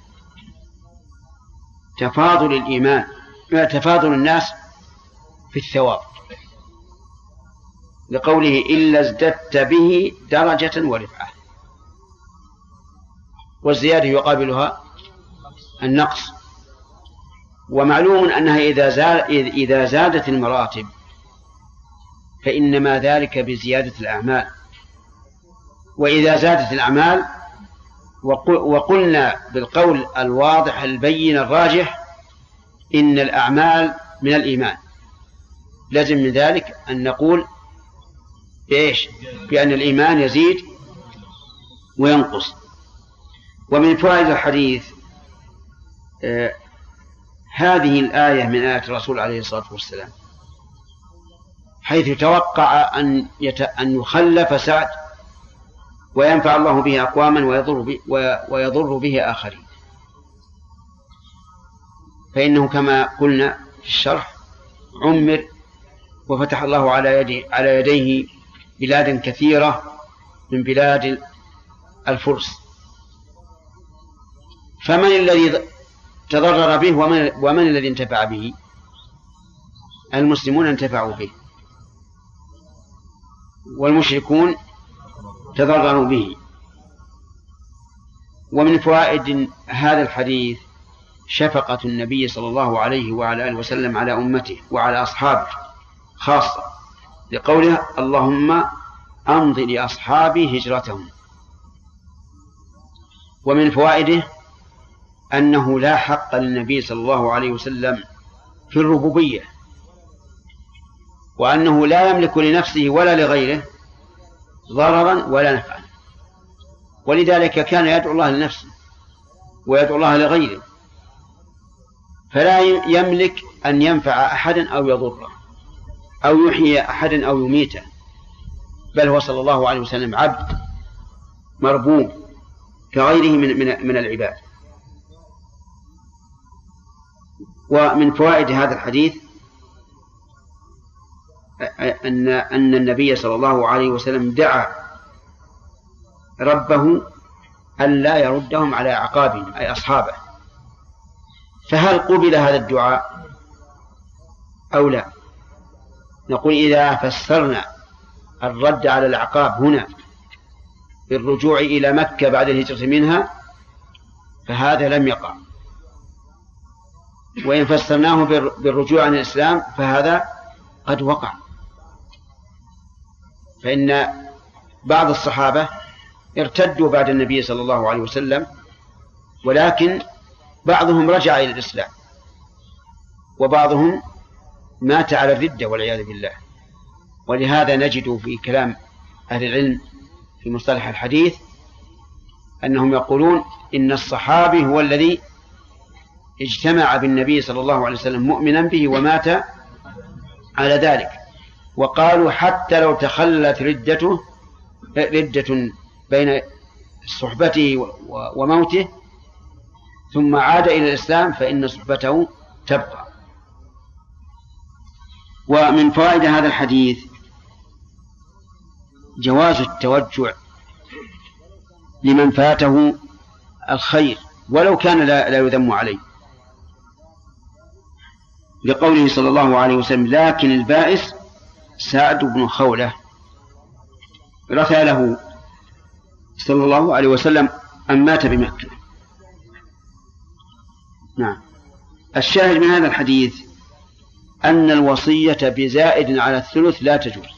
تفاضل الإيمان، تفاضل الناس في الثواب، لقوله: إلا ازددت به درجة ورفعة. والزيادة يقابلها النقص، ومعلوم أنها إذا زادت المراتب فإنما ذلك بزيادة الأعمال. وإذا زادت الأعمال وقلنا بالقول الواضح البين الراجح إن الأعمال من الإيمان، لازم من ذلك أن نقول بإيش؟ بأن الإيمان يزيد وينقص. ومن فوائد الحديث هذه الآية من آيات الرسول عليه الصلاة والسلام، حيث توقع أن يخلف سعد وينفع الله به أقواما ويضر به آخرين، فإنه كما قلنا في الشرح عمر وفتح الله على يديه بلادا كثيرة من بلاد الفرس. فمن الذي تضرر به ومن الذي انتفع به؟ المسلمون انتفعوا به، والمشركون تضرروا به. ومن فوائد هذا الحديث شفقة النبي صلى الله عليه وعلى آله وسلم على أمته وعلى أصحابه خاصة، لقوله: اللهم أمض لأصحابي هجرتهم. ومن فوائده أنه لا حق للنبي صلى الله عليه وسلم في الربوبية، وأنه لا يملك لنفسه ولا لغيره ضررا ولا نفعا، ولذلك كان يدعو الله لنفسه ويدعو الله لغيره، فلا يملك أن ينفع أحدا أو يضره أو يحيي أحدا أو يميته، بل هو صلى الله عليه وسلم عبد مربوب كغيره من العباد. ومن فوائد هذا الحديث أن النبي صلى الله عليه وسلم دعا ربه ألا يردهم على أعقابهم أي أصحابه، فهل قبل هذا الدعاء أو لا؟ نقول إذا فسرنا الرد على الأعقاب هنا بالرجوع إلى مكة بعد الهجرة منها فهذا لم يقع، وإن فسرناه بالرجوع عن الإسلام فهذا قد وقع، فإن بعض الصحابة ارتدوا بعد النبي صلى الله عليه وسلم، ولكن بعضهم رجع إلى الإسلام وبعضهم مات على الردة والعياذ بالله. ولهذا نجد في كلام أهل العلم في مصطلح الحديث أنهم يقولون إن الصحابي هو الذي اجتمع بالنبي صلى الله عليه وسلم مؤمنا به ومات على ذلك، وقالوا حتى لو تخلت ردة بين صحبته وموته ثم عاد إلى الإسلام فإن صحبته تبقى. ومن فوائد هذا الحديث جواز التوجع لمن فاته الخير ولو كان لا يذم عليه، لقوله صلى الله عليه وسلم لكن البائس سعد بن خولة رثى له صلى الله عليه وسلم أن مات بمكة. نعم. الشاهد من هذا الحديث أن الوصية بزائد على الثلث لا تجوز،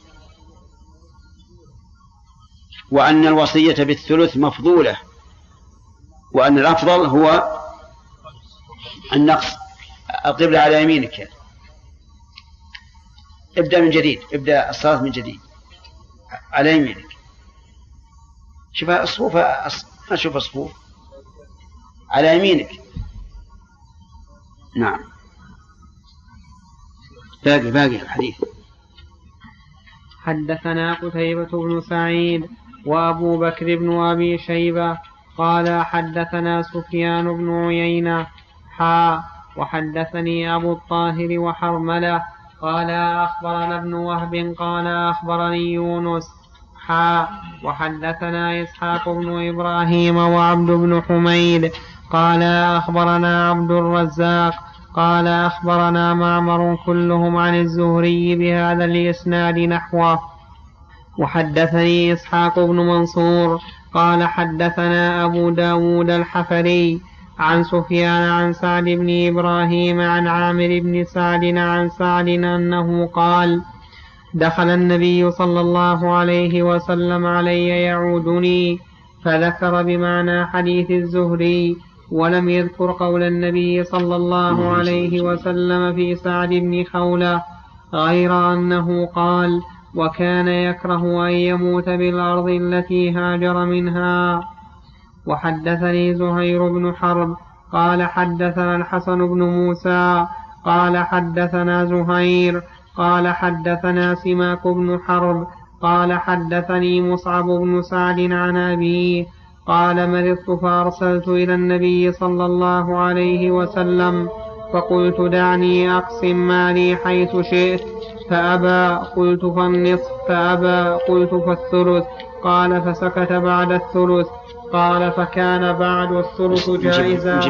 وأن الوصية بالثلث مفضولة، وأن الأفضل هو النقص. القبلة على يمينك، ابدأ من جديد، ابدأ الصلاة من جديد على يمينك. شوف الصفوف، ما شوف الصفوف على يمينك. نعم. باقي الحديث. حدثنا قتيبة بن سعيد وأبو بكر بن أبي شيبة قال حدثنا سفيان بن عيينة وحدثني أبو الطاهر وحرملة قال أخبرنا ابن وهب قال أخبرني يونس وحدثنا إسحاق بن إبراهيم وعبد بن حميد قال أخبرنا عبد الرزاق قال أخبرنا معمر كلهم عن الزهري بهذا الإسناد نحوه. وحدثني إسحاق بن منصور قال حدثنا أبو داود الحفري عن سفيان عن سعد بن إبراهيم عن عامر بن سعد عن سعد أنه قال دخل النبي صلى الله عليه وسلم علي يعودني فذكر بمعنى حديث الزهري ولم يذكر قول النبي صلى الله عليه وسلم في سعد بن خولة غير أنه قال وكان يكره أن يموت بالأرض التي هاجر منها. وحدثني زهير بن حرب قال حدثنا الحسن بن موسى قال حدثنا زهير قال حدثنا سماك بن حرب قال حدثني مصعب بن سعد عن أبيه قال مرضت فأرسلت إلى النبي صلى الله عليه وسلم فقلت دعني أقسم مالي حيث شئت فأبى قلت فالنصف فأبى قلت فالثلث قال فسكت بعد الثلث قال فكان بعد الثلث جائزا.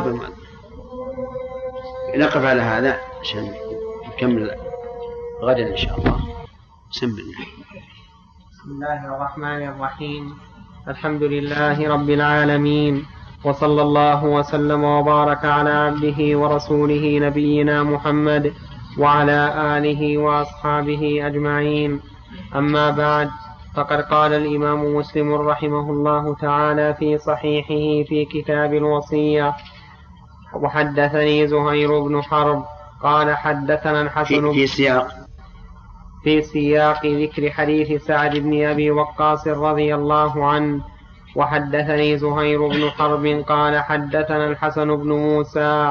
نقف على هذا عشان نكمل غدا إن شاء الله. بسم الله الرحمن الرحيم. الحمد لله رب العالمين، وصلى الله وسلم وبارك على عبده ورسوله نبينا محمد وعلى آله وأصحابه أجمعين. أما بعد، فقد قال الإمام مسلم رحمه الله تعالى في صحيحه في كتاب الوصية: وحدثني زهير بن حرب قال حدثنا الحسن في سياق ذكر حديث سعد بن أبي وقاص رضي الله عنه. وحدثني زهير بن حرب قال حدثنا الحسن بن موسى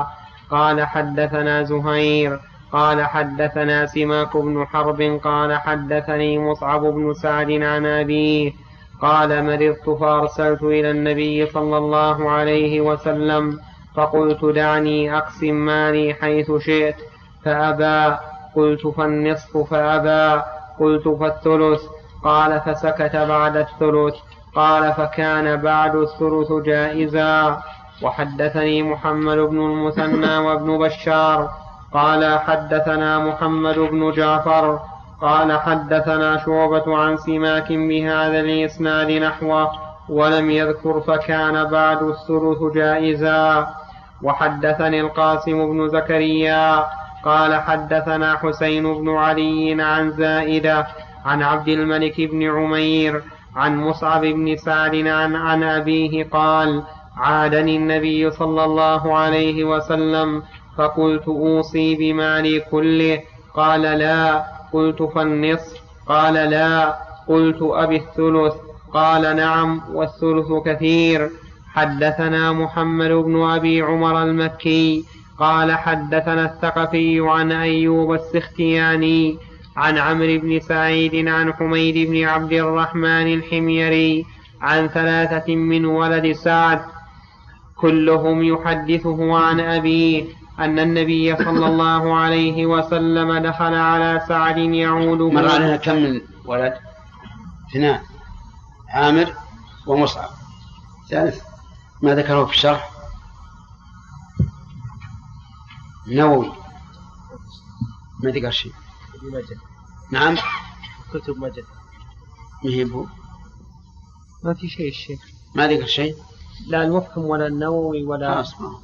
قال حدثنا زهير قال حدثنا سماك بن حرب قال حدثني مصعب بن سعد عن أبيه قال مرضت فأرسلت إلى النبي صلى الله عليه وسلم فقلت دعني أقسم مالي حيث شئت فأبى. قلت فالنصف فأبى. قلت فالثلث. قال فسكت بعد الثلث. قال فكان بعد الثلث جائزا. وحدثني محمد بن المثنى وابن بشار قال حدثنا محمد بن جعفر قال حدثنا شعبة عن سماك بهذا الإسناد نحوه ولم يذكر فكان بعد الثلث جائزا. وحدثني القاسم بن زكريا قال حدثنا حسين بن علي عن زائدة عن عبد الملك بن عمير عن مصعب بن سعد عن أبيه قال عادني النبي صلى الله عليه وسلم فقلت أوصي بمالي كله قال لا. قلت فالنصف قال لا. قلت أبي الثلث قال نعم والثلث كثير. حدثنا محمد بن أبي عمر المكي قال حدثنا الثقفي عن أيوب السختياني عن عمرو بن سعيد عن حميد بن عبد الرحمن الحميري عن 3 من ولد سعد كلهم يحدثه عن أبيه أن النبي صلى الله عليه وسلم دخل على سعد يعوده. مر علينا كم من ولد؟ 2 عامر ومصعب. ثالث ما ذكره في الشرح النووي ما ذكر شيء. نعم كتب مجد يهبه ما في شيء الشيخ ما ذكر شيء لا المفهم ولا النووي ولا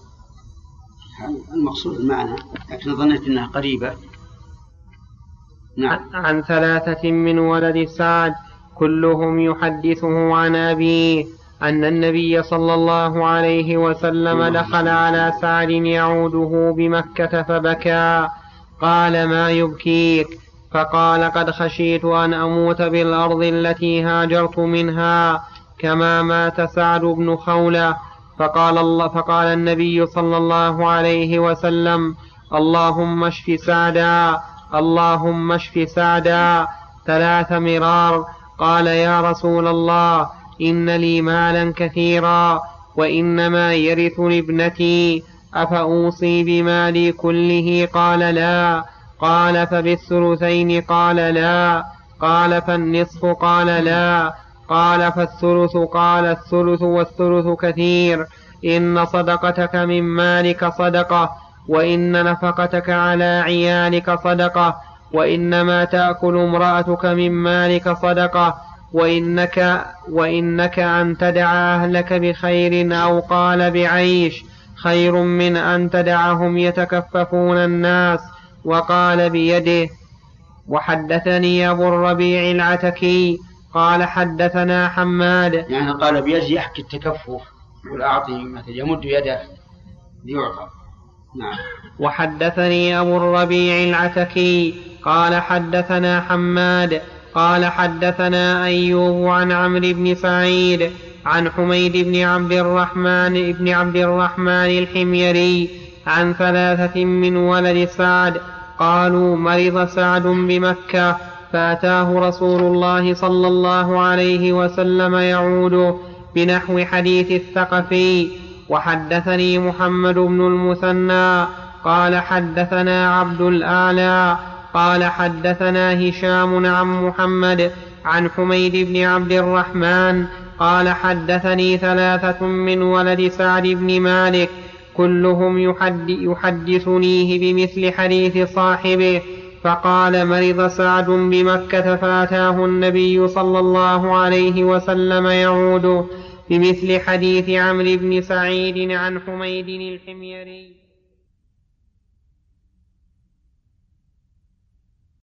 المقصود المعنى لكن ظنيت أنها قريبة. نعم. عن 3 من ولد سعد كلهم يحدثه عن أبيه أن النبي صلى الله عليه وسلم دخل على سعد يعوده بمكة فبكى. قال ما يبكيك؟ فقال قد خشيت أن أموت بالأرض التي هاجرت منها كما مات سعد بن خولة. فقال النبي صلى الله عليه وسلم اللهم اشف سعدا اللهم اشف سعدا 3 مرار. قال يا رسول الله إن لي مالا كثيرا وإنما يرثني ابنتي أفأوصي بمالي كله؟ قال لا. قال فبالثلثين؟ قال لا. قال فالنصف؟ قال لا. قال فالثلث؟ قال الثلث والثلث كثير. إن صدقتك من مالك صدقة وإن نفقتك على عيالك صدقة وإنما تأكل امرأتك من مالك صدقة وإنك أن تدع أهلك بخير أو قال بعيش خير من أن تدعهم يتكففون الناس. وقال بيده. وحدثني أبو الربيع العتكي قال حدثنا حماد يعني قال بيده يحكي التكفف والأعطي مثل يمد يده ليعطى. نعم. وحدثني أبو الربيع العتكي قال حدثنا حماد قال حدثنا أيوب عن عمرو بن سعيد عن حميد بن عبد الرحمن الحميري عن 3 من ولد سعد قالوا مرض سعد بمكة فأتاه رسول الله صلى الله عليه وسلم يعوده بنحو حديث الثقفي. وحدثني محمد بن المثنى قال حدثنا عبد الأعلى قال حدثنا هشام عن محمد عن حميد بن عبد الرحمن قال حدثني 3 من ولد سعد بن مالك كلهم يحدثنيه بمثل حديث صاحبه. فقال مرض سعد بمكة فأتاه النبي صلى الله عليه وسلم يعوده بمثل حديث عمرو بن سعيد عن حميد الحميري.